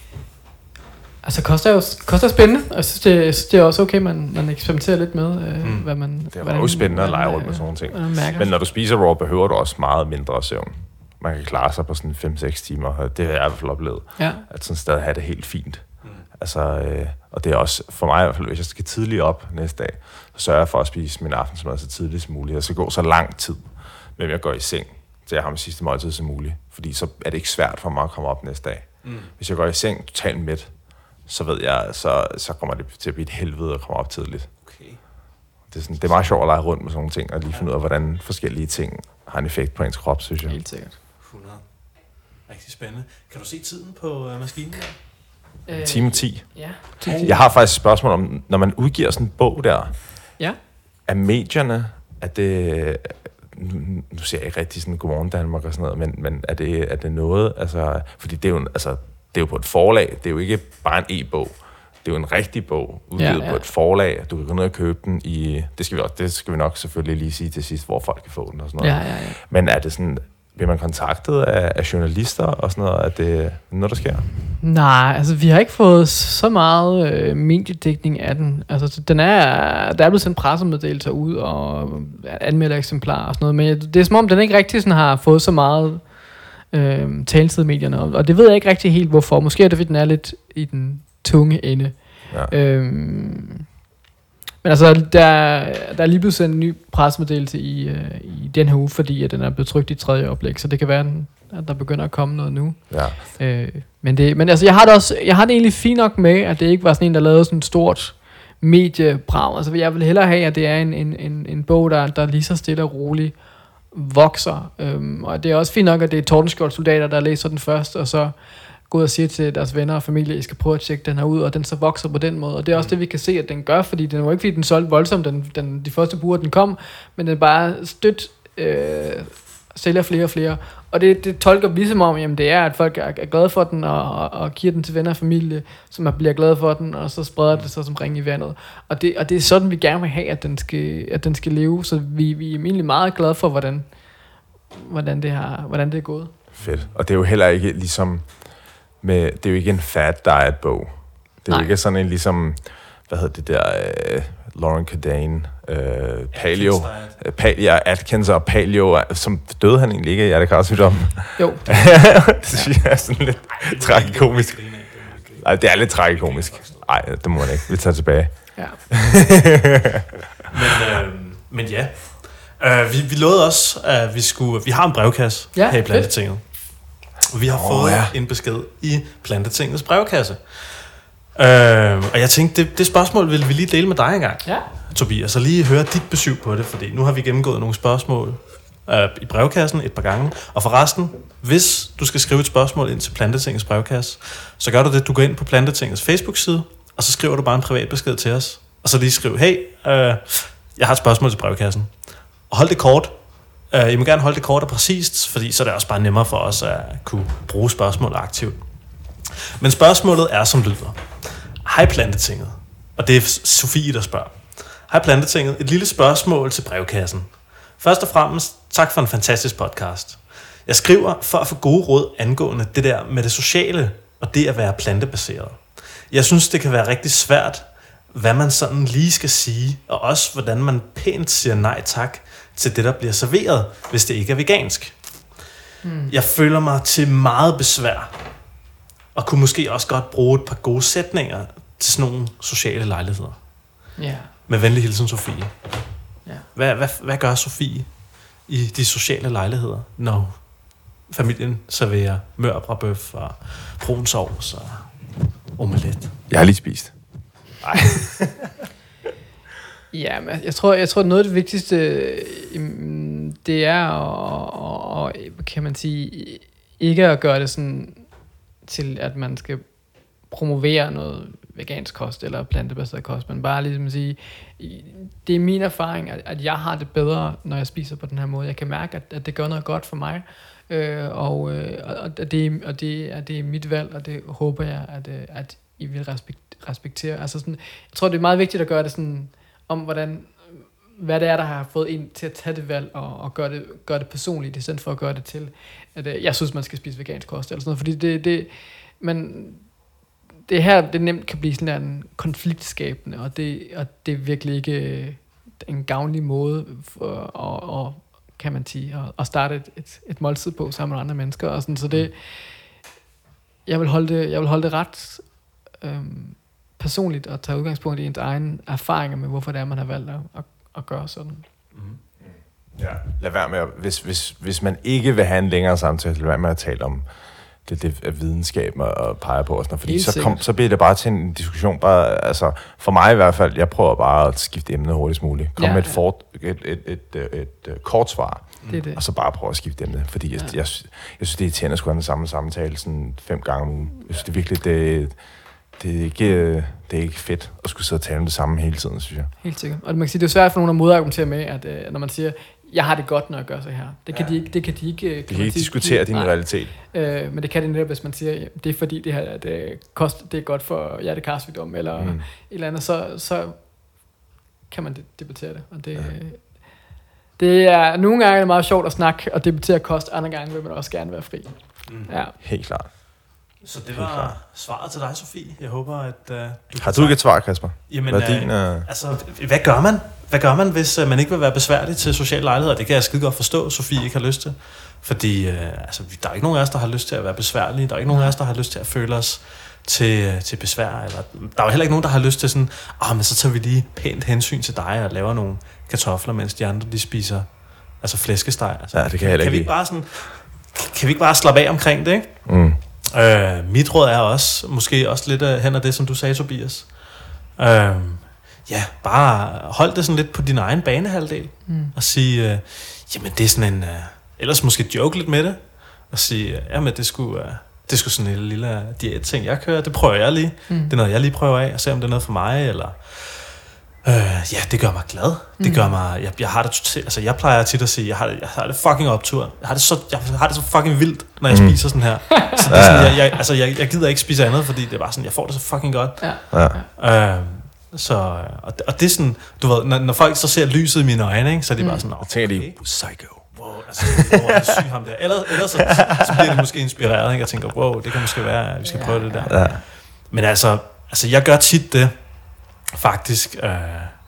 Altså koster jo koster spændende, og jeg synes, det, jeg synes, det er også okay, man, man eksperimenterer lidt med, øh, mm. hvad man... Det er jo spændende at lege rundt med sådan nogle ting. Men når du spiser raw, behøver du også meget mindre søvn. Man kan klare sig på sådan fem seks timer, det har jeg i hvert fald oplevet. Ja. At sådan stadig have det helt fint. Mm. Altså, øh, og det er også for mig i hvert fald, hvis jeg skal tidligt op næste dag, så sørger jeg for at spise min aftensmad så tidligt som muligt. Jeg skal gå så lang tid, mellem jeg går i seng, til jeg har min sidste måltid som muligt. Fordi så er det ikke svært for mig at komme op næste dag. Mm. Hvis jeg går i seng totalt mæt, så ved jeg, så, så kommer det til at blive et helvede at komme op tidligt. Okay. Det, er sådan, det er meget sjovt at lege rundt med sådan nogle ting, og lige finde ud af, hvordan forskellige ting har en effekt på ens krop, synes jeg. Helt sikkert. hundrede. Rigtig spændende. Kan du se tiden på uh, maskinen der? Øh, Time ti. Ja. Jeg har faktisk et spørgsmål om, når man udgiver sådan en bog der, ja. er medierne, er det... Nu, nu ser jeg ikke rigtig sådan Godmorgen Danmark og sådan noget, men, men er, det, er det noget, altså... Fordi det er jo, altså... Det er jo på et forlag, det er jo ikke bare en e-bog. Det er jo en rigtig bog, udgivet ja, ja. på et forlag. Du kan gå ned og købe den i... Det skal vi, også, det skal vi nok selvfølgelig lige sige til sidst, hvor folk kan få den og sådan noget. Ja, ja, ja. Men er det sådan... Bliver man kontaktet af, af journalister og sådan noget? Er det noget, der sker? Nej, altså vi har ikke fået så meget øh, mediedækning af den. Altså den er... Der er blevet sendt pressemeddelelser ud og anmelder eksemplarer og sådan noget. Men det er som om, den ikke rigtig sådan har fået så meget... Øh, taletid i medierne, og det ved jeg ikke rigtig helt hvorfor. Måske er det, fordi den er lidt i den tunge ende. Ja. Øhm, men altså, der, der er lige blevet sendt en ny pressemeddelelse i, øh, i den her uge, fordi at den er blevet trykt i tredje oplæg, så det kan være, at der begynder at komme noget nu. Ja. Øh, men det, men altså, jeg har det også, jeg har det egentlig fint nok med, at det ikke var sådan en, der lavede sådan et stort mediebrag. Altså, jeg vil hellere have, at det er en, en, en, en bog, der, der lige så stille og roligt vokser, øhm, og det er også fint nok, at det er Tordenskjold soldater, der læser den først, og så går ud og siger til deres venner og familie, I skal prøve at tjekke den her ud, og den så vokser på den måde, og det er også det, vi kan se, at den gør, fordi den var ikke, fordi den solgte voldsomt, den, den, de første uger, den kom, men den bare stødt øh, sælger flere og flere, og det, det tolker vi som om, jamen det er, at folk er, er glade for den, og, og, og giver den til venner og familie, som bliver glade for den, og så spreder det sig som ring i vandet, og det, og det er sådan, vi gerne vil have, at den skal, at den skal leve, så vi, vi er egentlig meget glade for, hvordan hvordan det har, hvordan det er gået. Fedt. Og det er jo heller ikke ligesom med, det er jo ikke en fat diet bog. Det er Nej. jo ikke sådan en ligesom, hvad hedder det der, uh, Lauren Cadane, uh, paleo, uh, pal- ja, Atkins og paleo, som døde han egentlig ikke af hjertekarsygdom. Jo. Det synes jeg er sådan lidt tragikomisk. Nej, det er lidt tragikomisk. Nej, det må man ikke. Vi tager tilbage. Ja. men, øh, men ja. Uh, vi, vi lovede også, at vi skulle... Vi har en brevkasse ja, her i Plantetinget. Og vi har oh, fået ja. en besked i Plantetingets brevkasse. Uh, og jeg tænkte, det, det spørgsmål vil vi lige dele med dig engang, ja. Tobias. Så lige høre dit besøg på det, fordi nu har vi gennemgået nogle spørgsmål uh, i brevkassen et par gange. Og forresten, hvis du skal skrive et spørgsmål ind til Plantetingets brevkasse, så gør du det, du går ind på Plantetingets Facebook-side, og så skriver du bare en privat besked til os. Og så lige skriv, hey, uh, jeg har et spørgsmål til brevkassen. Og hold det kort. Uh, I må gerne holde det kort og præcist, fordi så er det også bare nemmere for os at kunne bruge spørgsmål aktivt. Men spørgsmålet er som lyder. Hej Plantetinget. Og det er Sofie, der spørger. Hej Plantetinget. Et lille spørgsmål til brevkassen. Først og fremmest, tak for en fantastisk podcast. Jeg skriver for at få gode råd angående det der med det sociale og det at være plantebaseret. Jeg synes, det kan være rigtig svært, hvad man sådan lige skal sige, og også hvordan man pænt siger nej tak til det, der bliver serveret, hvis det ikke er vegansk. Mm. Jeg føler mig til meget besvær, og kunne måske også godt bruge et par gode sætninger til sådan nogle sociale lejligheder. Yeah. Med venlig hilsen, Sofie. Yeah. Hvad, hvad, hvad gør Sofie i de sociale lejligheder, når familien serverer mørbrabøf og brun sovs og omelet? Jeg har lige spist. Nej. Ja, men jeg tror, jeg tror noget af det vigtigste, det er at, at, kan man sige, ikke at gøre det sådan til, at man skal promovere noget vegansk kost eller plantebaseret kost, men bare ligesom sige, det er min erfaring, at, at jeg har det bedre, når jeg spiser på den her måde. Jeg kan mærke, at, at det gør noget godt for mig, øh, og, øh, og, det, og det, at det er mit valg, og det håber jeg, at, at I vil respektere. Altså sådan, jeg tror, det er meget vigtigt at gøre det sådan, om hvordan, hvad det er, der har fået en til at tage det valg, og, og gøre, det, gøre det personligt, i stedet for at gøre det til, at øh, jeg synes, man skal spise vegansk kost, eller sådan noget, fordi det, det, men det her, det nemt kan blive sådan en konfliktskabende, og det, og det er virkelig ikke en gavnlig måde for, og, og, kan man sige, at, at starte et, et, et måltid på sammen med andre mennesker, og sådan, så det, jeg vil holde det, jeg vil holde det ret øhm, personligt og tage udgangspunkt i ens egen erfaringer med, hvorfor det er, man har valgt at, at, at gøre sådan. Mm-hmm. Ja, lad være med at, hvis, hvis, hvis man ikke vil have en længere samtale, lad være med at tale om det, det er videnskab og peger på os, fordi så, kom, så bliver det bare til en diskussion, bare, altså for mig i hvert fald, jeg prøver bare at skifte emne hurtigst muligt, kom ja, med et, fort, et, et, et, et, et, et kort svar, det det. Og så bare prøve at skifte emne, fordi ja. jeg, jeg, jeg synes, det er irriterende at skulle have den samme samtale sådan fem gange om ugen. Jeg synes, det er virkelig, det, det, er ikke, det er ikke fedt at skulle sidde og tale om det samme hele tiden, synes jeg. Helt sikkert, og man kan sige, det er svært for nogen at modargumentere med, at øh, når man siger, jeg har det godt, når jeg gør så her. Det kan ja. de ikke, det kan de ikke, kan de kan ikke diskutere din nej. realitet. Øh, men det kan det netop, hvis man siger, ja, det er fordi det her det kost, det er godt for hjertekarsygdom eller mm. et eller andet, så, så kan man debattere det. Og det, ja. det er nogle gange er det meget sjovt at snakke og debattere kost, andre gange vil man også gerne være fri. Mm. Ja. Helt klart. Så det var svaret til dig, Sofie. Jeg håber, at uh, du har du ikke et svar, Kasper? Jamen, hvad, din, uh... altså, hvad gør man? Hvad gør man, hvis uh, man ikke vil være besværlig til sociale lejligheder? Det kan jeg skide godt forstå, Sofie ikke har lyst til. Fordi uh, altså, der er ikke nogen af os, der har lyst til at være besværlige. Der er ikke nogen af os, der har lyst til at føle os til, uh, til besvær. Eller, der er jo heller ikke nogen, der har lyst til sådan, ah, men så tager vi lige pænt hensyn til dig og laver nogle kartofler, mens de andre de spiser altså flæskesteg. Altså, ja, det kan jeg heller ikke. Kan vi ikke bare sådan, kan vi ikke bare slappe af omkring det, ikke? Mm. Øh, mit råd er også, måske også lidt uh, hen af det, som du sagde, Tobias. Øh, ja, bare hold det sådan lidt på din egen banehalvdel, mm. og sige, uh, jamen det er sådan en, uh, ellers måske joke lidt med det, og sige, uh, jamen det skulle, uh, det skulle sådan en lille diæt-ting, jeg kører, det prøver jeg lige, mm. det er noget, jeg lige prøver af, og se om det er noget for mig, eller... Øh, ja, det gør mig glad. Det gør mig, jeg, jeg har det totalt, altså jeg plejer tit at sige, jeg har det, jeg har det fucking optur. Jeg har det så, jeg har det så fucking vildt, når jeg mm. spiser sådan her. Så det er sådan, jeg, jeg, altså jeg, jeg gider ikke spise andet, fordi det er bare sådan, jeg får det så fucking godt. Ja. Ja. Øh, så, og, og det er sådan, du ved, når, når folk så ser lyset i mine øjne, ikke, så er de mm. bare sådan, åh, okay. tænker de, psycho. Wow, altså, hvor er det syg ham der. Ellers, ellers så, så bliver de måske inspireret, ikke, og tænker, wow, det kan måske være, at vi skal prøve det der. Ja. Men altså, altså, jeg gør tit det, faktisk, øh,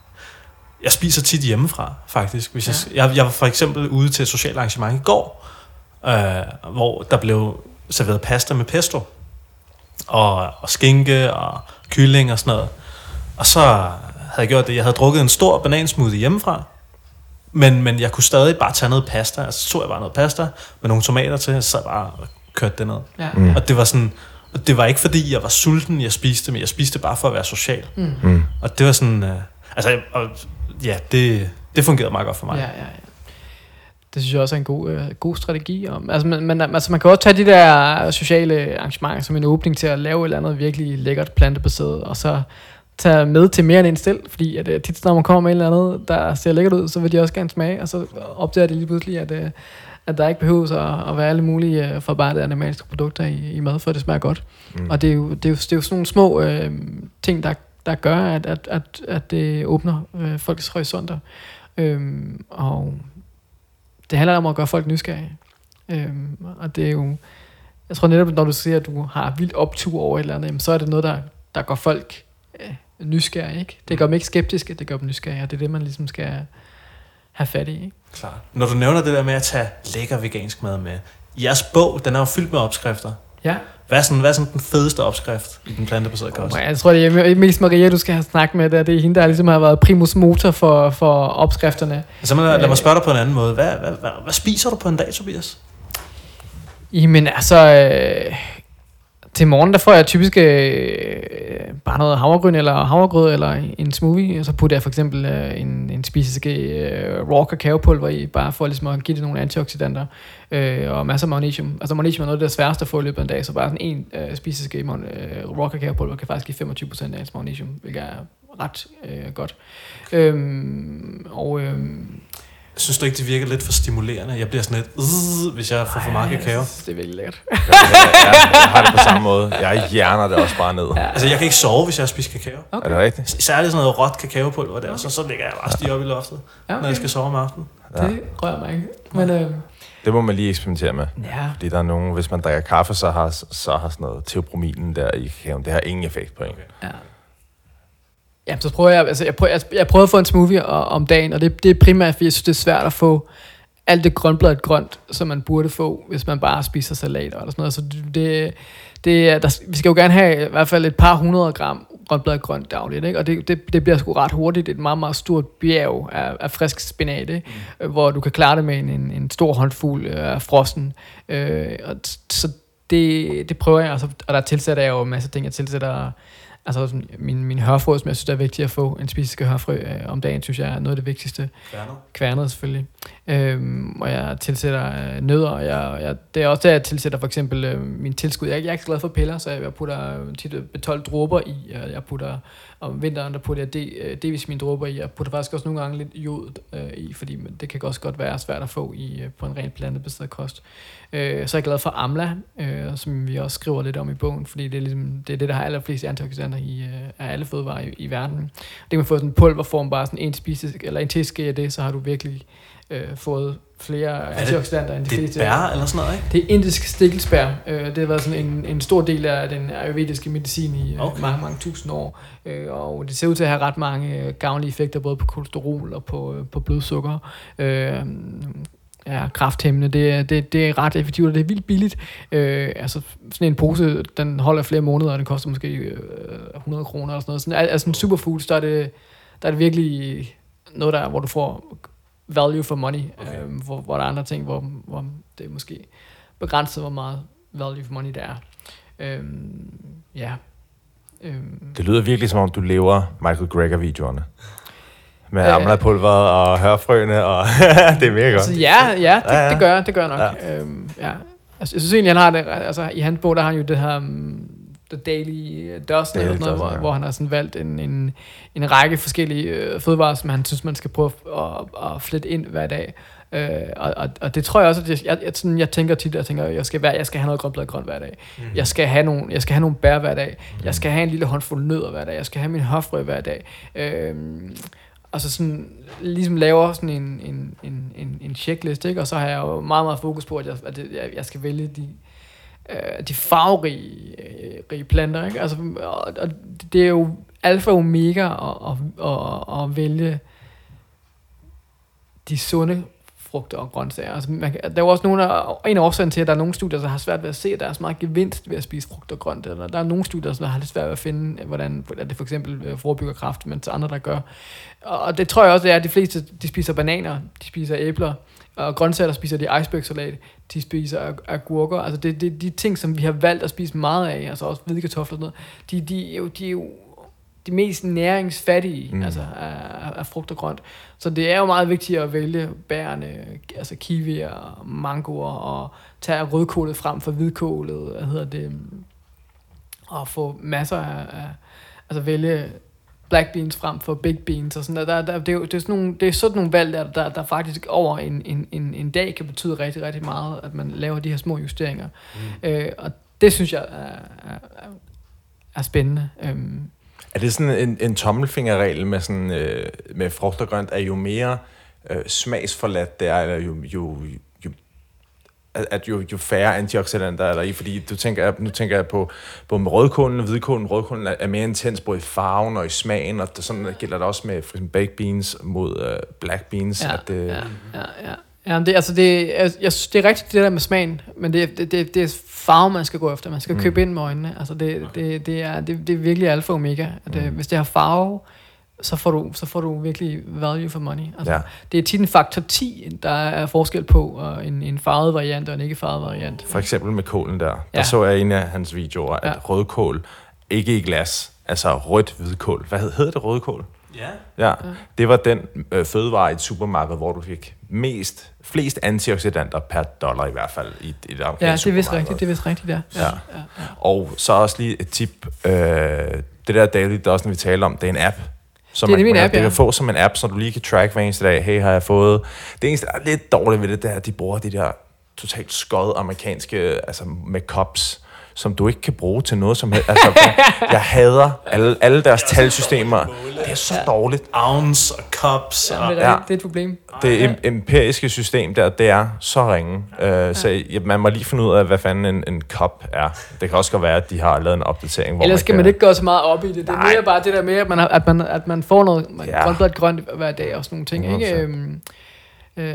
jeg spiser tit hjemmefra, faktisk. Hvis ja. jeg, jeg, jeg var for eksempel ude til et socialt arrangement i går, øh, hvor der blev serveret pasta med pesto, og, og skinke, og kylling og sådan noget. Og så havde jeg gjort det, jeg havde drukket en stor banansmoothie hjemmefra, men, men jeg kunne stadig bare tage noget pasta, altså så tog jeg bare noget pasta, med nogle tomater til, så jeg bare kørte det ned. Ja. Mm. Og det var sådan, og det var ikke fordi, jeg var sulten, jeg spiste, men jeg spiste bare for at være social. Mm. Mm. Og det var sådan, øh, altså, og, ja, det, det fungerede meget godt for mig. Ja, ja, ja. Det synes jeg også er en god, øh, god strategi. Om. Altså, man, man, altså, man kan også tage de der sociale arrangementer som en åbning til at lave et eller andet virkelig lækkert plantebaseret, og så tage med til mere end en stil, fordi at, uh, tit når man kommer med et eller andet, der ser lækkert ud, så vil de også gerne smage, og så opdager de lige pludselig, at, uh, at der ikke behøves at, at være alle mulige uh, forarbejdede animalske produkter i, i mad, for det smager godt. Mm. Og det er, jo, det, er jo, det er jo sådan nogle små uh, ting, der, der gør, at, at, at, at det åbner uh, folks horisonter. Um, og det handler om at gøre folk nysgerrige. Um, og det er jo jeg tror netop, når du siger, at du har vildt optur over et eller andet, jamen, så er det noget, der, der gør folk øh, nysgerrige, ikke? Det gør dem ikke skeptiske, det gør dem nysgerrige, og det er det, man ligesom skal have fat i, ikke? Klar. Når du nævner det der med at tage lækker vegansk mad med, jeres bog, den er jo fyldt med opskrifter. Ja. Hvad er sådan, hvad er sådan den fedeste opskrift i den plantebaserede kost? Oh, jeg tror, det er mest Maria, du skal have snakket med. Det er hende, der ligesom har været primus motor for, for opskrifterne. Så lad, lad mig spørge dig på en anden måde. Hvad, hvad, hvad, hvad spiser du på en dag, Tobias? Jamen altså, øh, til morgen, der får jeg typisk øh, bare noget havregryn eller havregrød eller en smoothie, og så putter jeg for eksempel øh, en, en spiseske øh, raw kakaopulver i, bare for ligesom at give det nogle antioxidanter øh, og masser af magnesium. Altså magnesium er noget af det sværeste at få i løbet af en dag, så bare sådan en øh, spiseske øh, raw kakaopulver kan faktisk give femogtyve procent af ens magnesium, hvilket er ret øh, godt. Øhm, og øhm, synes du ikke, det virker lidt for stimulerende? Jeg bliver sådan lidt, øh, hvis jeg får for meget kakao. Det er virkelig lækkert. Ja, ja, jeg har det på samme måde. Jeg hjerner det også bare ned. Ja. Altså, jeg kan ikke sove, hvis jeg spiser kakao. Okay. Er det rigtigt? Særligt sådan noget råt kakaopulver der, okay. så, så ligger jeg bare stige op i loftet, ja, okay. når jeg skal sove om aftenen. Ja. Det rører mig ikke. Men, øh, det må man lige eksperimentere med. Ja. Fordi der er nogen, hvis man drikker kaffe, så har, så har sådan noget teobrominen der i kakaoen. Det har ingen effekt på en. Okay. Ja. Ja, så prøver jeg, altså jeg prøver, jeg, jeg prøver at få en smoothie om dagen, og det, det er primært, fordi jeg synes, det er svært at få alt det grønbladet grønt, som man burde få, hvis man bare spiser salater eller sådan noget. Så det, det, der, vi skal jo gerne have i hvert fald et par hundrede gram grønbladet grønt dagligt, ikke? Og det, det, det bliver sgu ret hurtigt. Det er et meget, meget stort bjerg af, af frisk spinat, ikke? Mm. Hvor du kan klare det med en, en, en stor håndfuld af frossen. Øh, og så det, det prøver jeg, og, så, og der tilsætter jeg jo en masse ting. Jeg tilsætter altså min, min hørfrø, som jeg synes er vigtigt at få, en spiseske hørfrø øh, om dagen, synes jeg er noget af det vigtigste. Kværnet? Kværnet selvfølgelig. Øhm, og jeg tilsætter øh, nødder, og jeg, jeg, det er også der, jeg tilsætter for eksempel øh, min tilskud. Jeg, jeg er ikke så glad for piller, så jeg putter tit B tolv dråber i, og jeg putter om vinteren, der putter jeg D-vitamin dråber i. Jeg putter faktisk også nogle gange lidt jod øh, i, fordi det kan også godt være svært at få i, øh, på en rent plantebaseret kost. Øh, så er jeg glad for Amla, øh, som vi også skriver lidt om i bogen, fordi det er, ligesom, det, er det, der har allerflest antioxidanter i, øh, af alle fødevarer i, i verden. Det kan man få sådan en pulverform, bare sådan en spise eller en teske af det, så har du virkelig øh, fået flere antioxidanter end de fleste. Det er bær eller sådan noget, ikke? Det er indisk stikkelsbær. Øh, det har været sådan en, en stor del af den ayurvediske medicin i øh, okay. mange, mange tusind år. Øh, og det ser ud til at have ret mange gavnlige effekter, både på kolesterol og på, øh, på blodsukker. Øh, Ja, kræfthæmmende, det, det, det er ret effektivt, og det er vildt billigt. Øh, altså, sådan en pose, den holder flere måneder, og den koster måske øh, hundrede kroner eller sådan noget. Sådan, altså en superfood, der er det, der er det virkelig noget, der, hvor du får value for money, okay. øh, hvor, hvor der er andre ting, hvor, hvor det er måske begrænset, hvor meget value for money det er. Øh, ja. Øh. Det lyder virkelig, som om du lever Michael Greger-videoerne. Med øh, amlapulveret og hørfrøene, og det er mega godt. Altså, ja, ja, det, ja, ja, det gør det gør nok. Ja. Øhm, ja. Altså, jeg synes egentlig, han har det, altså i hans bog, der har han jo det her um, The Daily Dozen, eller noget, hvor, ja. hvor han har sådan valgt en, en, en række forskellige øh, fødevarer, som han synes, man skal prøve at, at flette ind hver dag. Øh, og, og, og det tror jeg også, at jeg, jeg, sådan, jeg tænker tit, jeg tænker, jeg skal, være, jeg skal have noget grønbladet grønt hver dag. Mm-hmm. Jeg skal have nogle, jeg skal have nogle bær hver dag. Mm-hmm. Jeg skal have en lille håndfuld nødder hver dag. Jeg skal have min hørfrø hver dag. Øh, Altså sådan, ligesom laver sådan en, en, en, en, en checklist, ikke? Og så har jeg jo meget, meget fokus på, at jeg, at jeg, jeg skal vælge de, øh, de farverige øh, planter, ikke? Altså, og, og det er jo alfa og omega at, at, at, at vælge de sunde frugter og grøntsager. Altså, man, der er jo også nogle af, en af årsagen til, at der er nogle studier, der har svært ved at se, at der er så meget gevinst ved at spise frugt og grønt. Eller der er nogle studier, der har lidt svært ved at finde, hvordan det for eksempel forebygger kræft, mens andre, der gør. Og det tror jeg også, det er, at de fleste, de spiser bananer, de spiser æbler, og grøntsager, der spiser de icebergsalat, de spiser agurker. Altså det, det, de ting, som vi har valgt at spise meget af, altså også hvide kartofler og sådan noget, de, de, de, de er jo de mest næringsfattige mm. altså af, af frugt og grønt. Så det er jo meget vigtigt at vælge bærene, altså kiwier, mangoer, og tage rødkålet frem for hvidkålet, hvad hedder det, og få masser af, af altså vælge black beans frem for big beans og sådan der. der, der det, er jo, det, er sådan nogle, det er sådan nogle valg, der, der, der faktisk over en, en, en, en dag kan betyde rigtig, rigtig meget, at man laver de her små justeringer. Mm. Øh, og det synes jeg er, er, er spændende. Øhm, Er det sådan en, en tommelfingerregel med, sådan, øh, med frugt og grønt, at jo mere øh, smagsforladt det er, eller jo, jo, jo at, at jo, jo færre antioxidanter er der i, fordi du tænker, nu tænker jeg på, på med rødkålen og hvidkålen. Rødkålen er mere intens både i farven og i smagen, og det, sådan gælder det også med for eksempel baked beans mod uh, black beans. Ja, at det, ja, ja, ja. Ja, det, altså det, jeg, jeg synes, det er rigtigt det der med smagen, men det, det, det, det er farve, man skal gå efter. Man skal mm. købe ind med øjnene. Altså det, det, det, er, det, det er virkelig alfa og omega. At det, mm. Hvis det har farve, så får du, så får du virkelig value for money. Altså, ja. Det er tit en faktor ti, der er forskel på uh, en, en farvet variant og en ikke farvet variant. For eksempel med kålen der. Der ja. så jeg en af hans videoer, at ja. rødkål, ikke i glas, altså rødt hvidkål. Hvad hedder det, rødkål? Ja. ja. Det var den øh, fødevare i et supermarked, hvor du fik mest, flest antioxidanter per dollar i hvert fald i, i det amerikanske ja, det er vist rigtigt, det er vist rigtigt, ja. ja. ja. ja. Og så også lige et tip. Øh, det der Daily Dozen, vi taler om, det er en app. Som det er man, man, app, det ja. kan få som en app, så du lige kan track hver eneste dag. Hey, har jeg fået... Det eneste, der er lidt dårligt ved det, det er, at de bruger de der totalt skøde amerikanske, altså med cups, som du ikke kan bruge til noget som helst. Altså, jeg hader alle, alle deres talsystemer. Det er så ja. dårligt. Ounce og cups. Ja, det, er, ja. det er et problem. Det ja. empiriske system der, det er så ringe. Ja. Uh, så ja, man må lige finde ud af, hvad fanden en, en cup er. Det kan også godt være, at de har lavet en opdatering. Hvor Ellers skal man, kan... man ikke gå så meget op i det. Det er Nej. mere bare det der med, at man, har, at man, at man får noget ja. grønt grønt hver dag og sådan nogle ting. Ikke? Øhm, øh,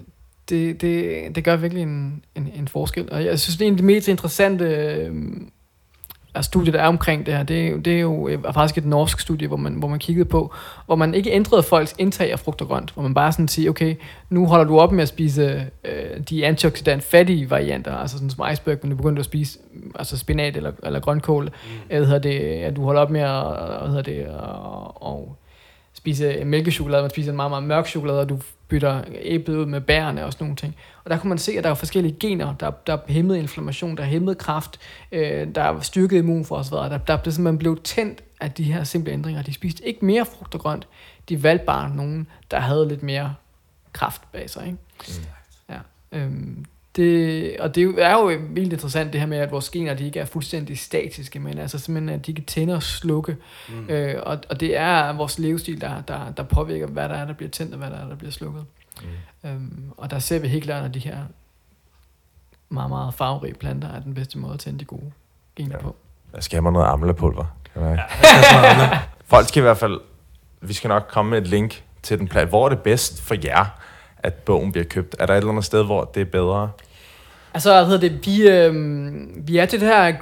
det, det, det gør virkelig en, en, en forskel. Og jeg synes, det er en af de mest interessante øh, studier, der er omkring det her. Det er, det er jo øh, faktisk et norsk studie, hvor man, hvor man kiggede på, hvor man ikke ændrede folks indtag af frugt og grønt. Hvor man bare sådan siger, okay, nu holder du op med at spise øh, de antioxidant-fattige varianter, altså sådan som iceberg, men du begynder at spise altså spinat eller, eller grønkål. Mm. Eller det, at du holder op med at, hvad hedder det, og, og spise mælkechokolade, man spiser en meget, meget mørk chokolade, og du bytter æblet ud med bærerne og sådan nogle ting. Og der kunne man se, at der er forskellige gener, der, der hæmmede inflammation, der hæmmede kræft, øh, der var styrket immunforsvaret, der, der blev simpelthen blevet tændt af de her simple ændringer. De spiste ikke mere frugt og grønt, de valgte bare nogen, der havde lidt mere kraft bag sig. Ikke? Mm. Ja, øhm, det, og det er jo vildt interessant det her med, at vores gener de ikke er fuldstændig statiske, men altså simpelthen, at de kan tænde og slukke. Mm. Øh, og, og det er vores levestil, der, der, der påvirker, hvad der er, der bliver tændt, og hvad der er, der bliver slukket. Mm. Øhm, og der ser vi helt klart, at de her meget, meget farverige planter er den bedste måde at tænde de gode gener ja. på. Jeg skal have mig noget amlepulver. Ja, folk skal i hvert fald, vi skal nok komme med et link til den plade. Hvor er det bedst for jer, at bogen bliver købt? Er der et eller andet sted, hvor det er bedre? Altså, hvad hedder det, vi, øh, vi er til det her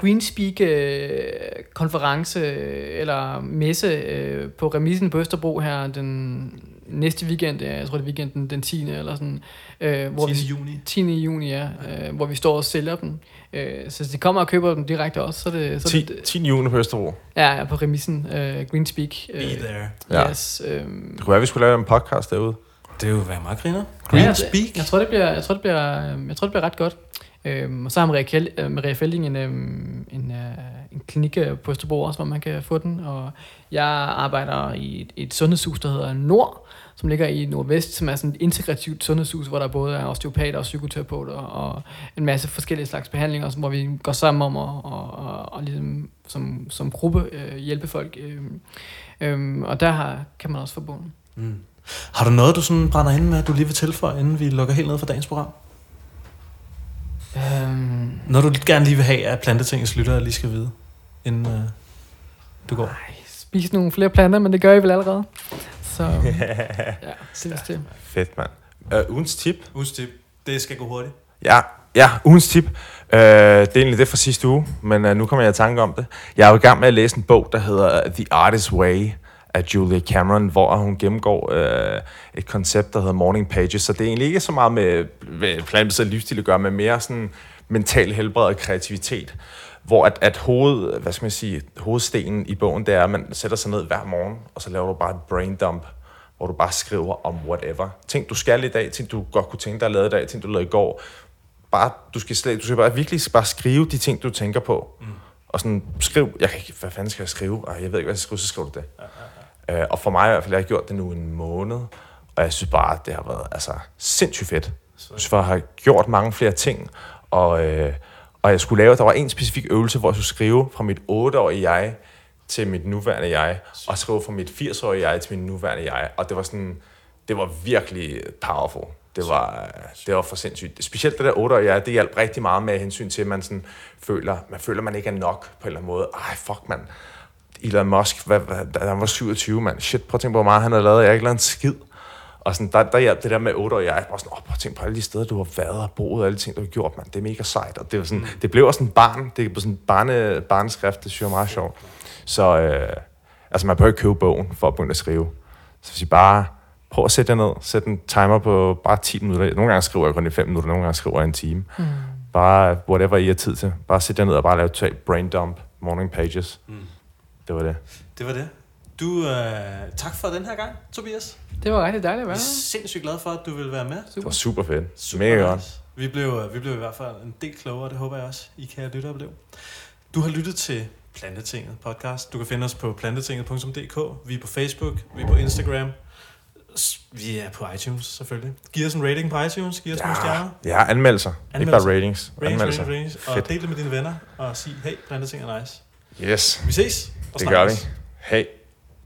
Greenspeak-konference, øh, eller messe, øh, på Remisen på Østerbro her, den næste weekend, jeg tror det er weekenden den tiende eller sådan. Øh, hvor tiende vi, juni. tiende juni, ja. Øh, hvor vi står og sælger dem. Øh, så hvis de kommer og køber dem direkte også, så er det... Så ti, det, tiende juni på Østerbro? Ja, ja, på Remisen, øh, Greenspeak. Øh, Be there. Yes, øh, det kunne være, vi skulle lave en podcast derude. Det vil være meget griner. Greenspeak. Ja, jeg tror det bliver, jeg tror det bliver, jeg tror det bliver ret godt. Øhm, og så har Maria, Kjell, Maria Felding en, øhm, en, øh, en klinik på Østerbro også, hvor man kan få den. Og jeg arbejder i et, et sundhedshus, der hedder Nord, som ligger i Nordvest, som er sådan et integrativt sundhedshus, hvor der både er osteopater og psykoterapeuter og en masse forskellige slags behandlinger, hvor vi går sammen om at og, og, og ligesom som, som gruppe øh, hjælpe folk. Øh, øh, og der har, kan man også få bogen. Mm. Har du noget, du sådan brænder ind med, at du lige vil tilføje, inden vi lukker helt ned for dagens program? Um, Noget, du gerne lige vil have, at Plantetingets lyttere lige skal vide, inden uh, du går? Nej, spis nogle flere planter, men det gør I vel allerede. Så ja, det er det. Fedt, mand. Uh, ugens tip? Ugens tip. Det skal gå hurtigt. Ja, ja, ugens tip. Uh, det er egentlig det fra sidste uge, men uh, nu kommer jeg i tanke om det. Jeg er jo i gang med at læse en bog, der hedder The Artist's Way af Julia Cameron, hvor hun gennemgår øh, et koncept, der hedder Morning Pages. Så det er egentlig ikke så meget med, med plantebaseret livsstil at gøre, men mere sådan mental helbred og kreativitet. Hvor at, at hoved, hvad skal man sige, hovedstenen i bogen, det er, at man sætter sig ned hver morgen, og så laver du bare et brain dump, hvor du bare skriver om whatever. Ting, du skal i dag, ting, du godt kunne tænke dig at lave i dag, ting, du lavede i går. Bare, du skal, slet, du skal bare virkelig bare skrive de ting, du tænker på. Mm. Og sådan skriv, jeg kan ikke, hvad fanden skal jeg skrive? Ej, jeg ved ikke, hvad jeg skal skrive, så skriver du det. Ja, ja, ja. Uh, og for mig i hvert fald, jeg har gjort det nu en måned, og jeg synes bare, at det har været altså, sindssygt fedt. Jeg synes, jeg har gjort mange flere ting, og, øh, og jeg skulle lave, der var en specifik øvelse, hvor jeg skulle skrive fra mit otteårige jeg til mit nuværende jeg, og skrive fra mit firs-årige jeg til mit nuværende jeg, og det var sådan, det var virkelig powerful. Det var, det var for sindssygt. Specielt det der otte år, ja, det hjalp rigtig meget med hensyn til, at man sådan føler, man føler, man ikke er nok på en eller anden måde. Ej, fuck, mand. Elon Musk, hvad, hvad, han var syvogtyve, mand. Shit, prøv at tænke på, hvor meget han havde lavet. Jeg har ikke lavet en skid. Og sådan, der, der hjalp det der med otte år, jeg er bare sådan, åh, prøv at tænke på alle de steder, du har været og boet, og alle de ting, du har gjort, mand. Det er mega sejt. Og det, var sådan, mm. det blev også sådan en barn. Det blev sådan en barne, barneskrift, det synes jeg er meget sjovt. Så, øh, altså, man bør ikke købe bogen for at begynde at skrive. Så hvis I bare prøv at sætte jer ned, sæt en timer på bare ti minutter. Nogle gange skriver jeg kun i fem minutter, nogle gange skriver jeg en time. Mm. Bare whatever I har tid til. Bare sæt jer ned og bare lave tre brain dump, morning pages. Mm. Det var det. Det var det. Du, øh, tak for den her gang, Tobias. Det var rigtig dejligt at være her. Jeg er sindssygt glad for, at du ville være med. Super. Det var super fedt. Super mega nice. godt. Vi blev, vi blev i hvert fald en del klogere, det håber jeg også, I kan lytte og blev. Du har lyttet til Plantetinget podcast. Du kan finde os på plantetinget punktum d k. Vi er på Facebook, vi er på Instagram. Vi er på iTunes, selvfølgelig. Giv os en rating på iTunes, giv os ja, nogle stjerner. Ja, anmeldelser. Ikke bare ratings. Ratings, ratings, ratings. Og del det med dine venner, og sig, hey, Planteting er nice. Yes. Vi ses. Det gør vi. Hej.